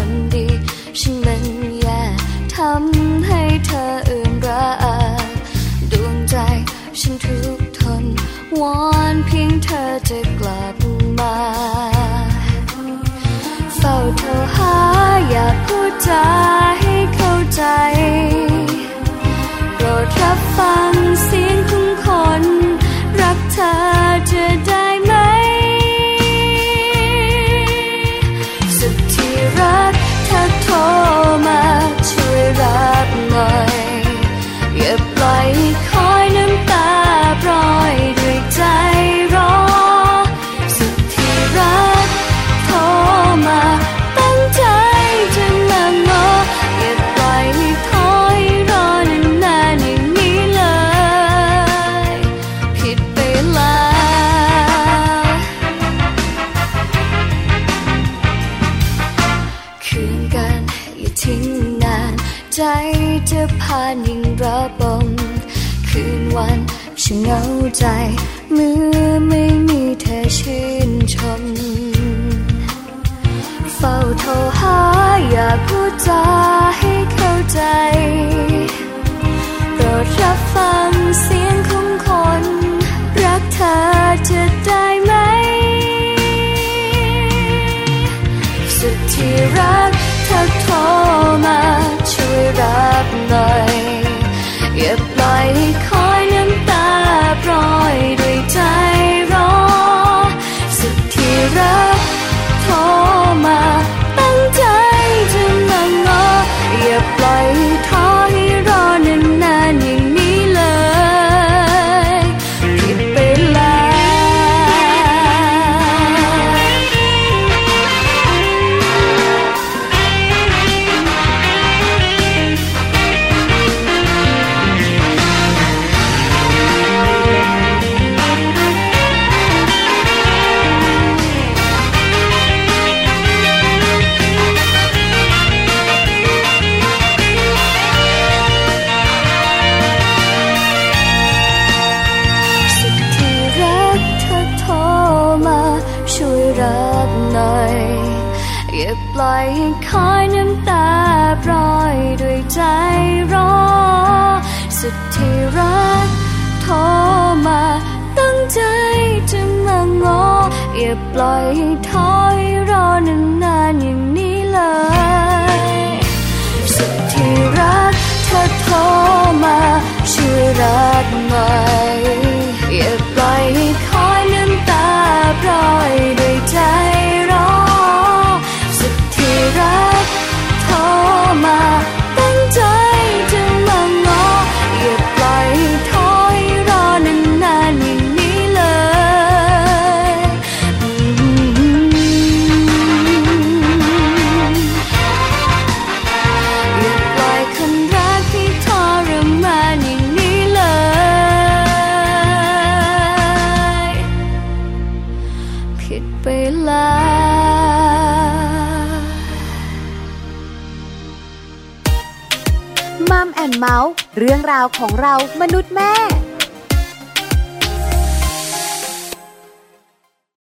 S8: ทำให้เธออื่นรักใจจะผ่านยิ่งระบมคืนวันฉันเหงาใจเมื่อไม่มีเธอชื่นชมเฝ้าโทรหาอยากพูดจาให้เข้าใจโปรดรับฟังเสียงของคนรักเธอจะได้ไหมสุดที่รักเธอโทรมาช่วยรับหน่อยอย่าปล่อยให้คอยน้ำตาปล่อยด้วยใจรอสุดที่รักโทรมาตั้งใจจะมางออย่าปล่อยให้ท้อให้รอนานๆอย่างนี้เลยผิดไปแล้วอย่าปล่อยให้คอยน้ำตาปล่อยด้วยใจรอสุดที่รักโทรมาตั้งใจจะมางออย่าปล่อยให้ท้อให้รอนานๆอย่างนี้เลยสุดที่รักเธอโทรมาช่วยรับหน่อยอย่าปล่อยให้คอยน้ำตาปล่อยด้วยใจรอที่รักโทรมาตั้งใจจะมางออย่าปล่อยให้ท้อให้รอนานๆอย่างนี้เลยอย่าปล่อยคนรักที่ทรมานอย่างนี้เลยผิดไปแล้ว
S1: มัมแอนด์เมาส์เรื่องราวของเรามนุษย์แม่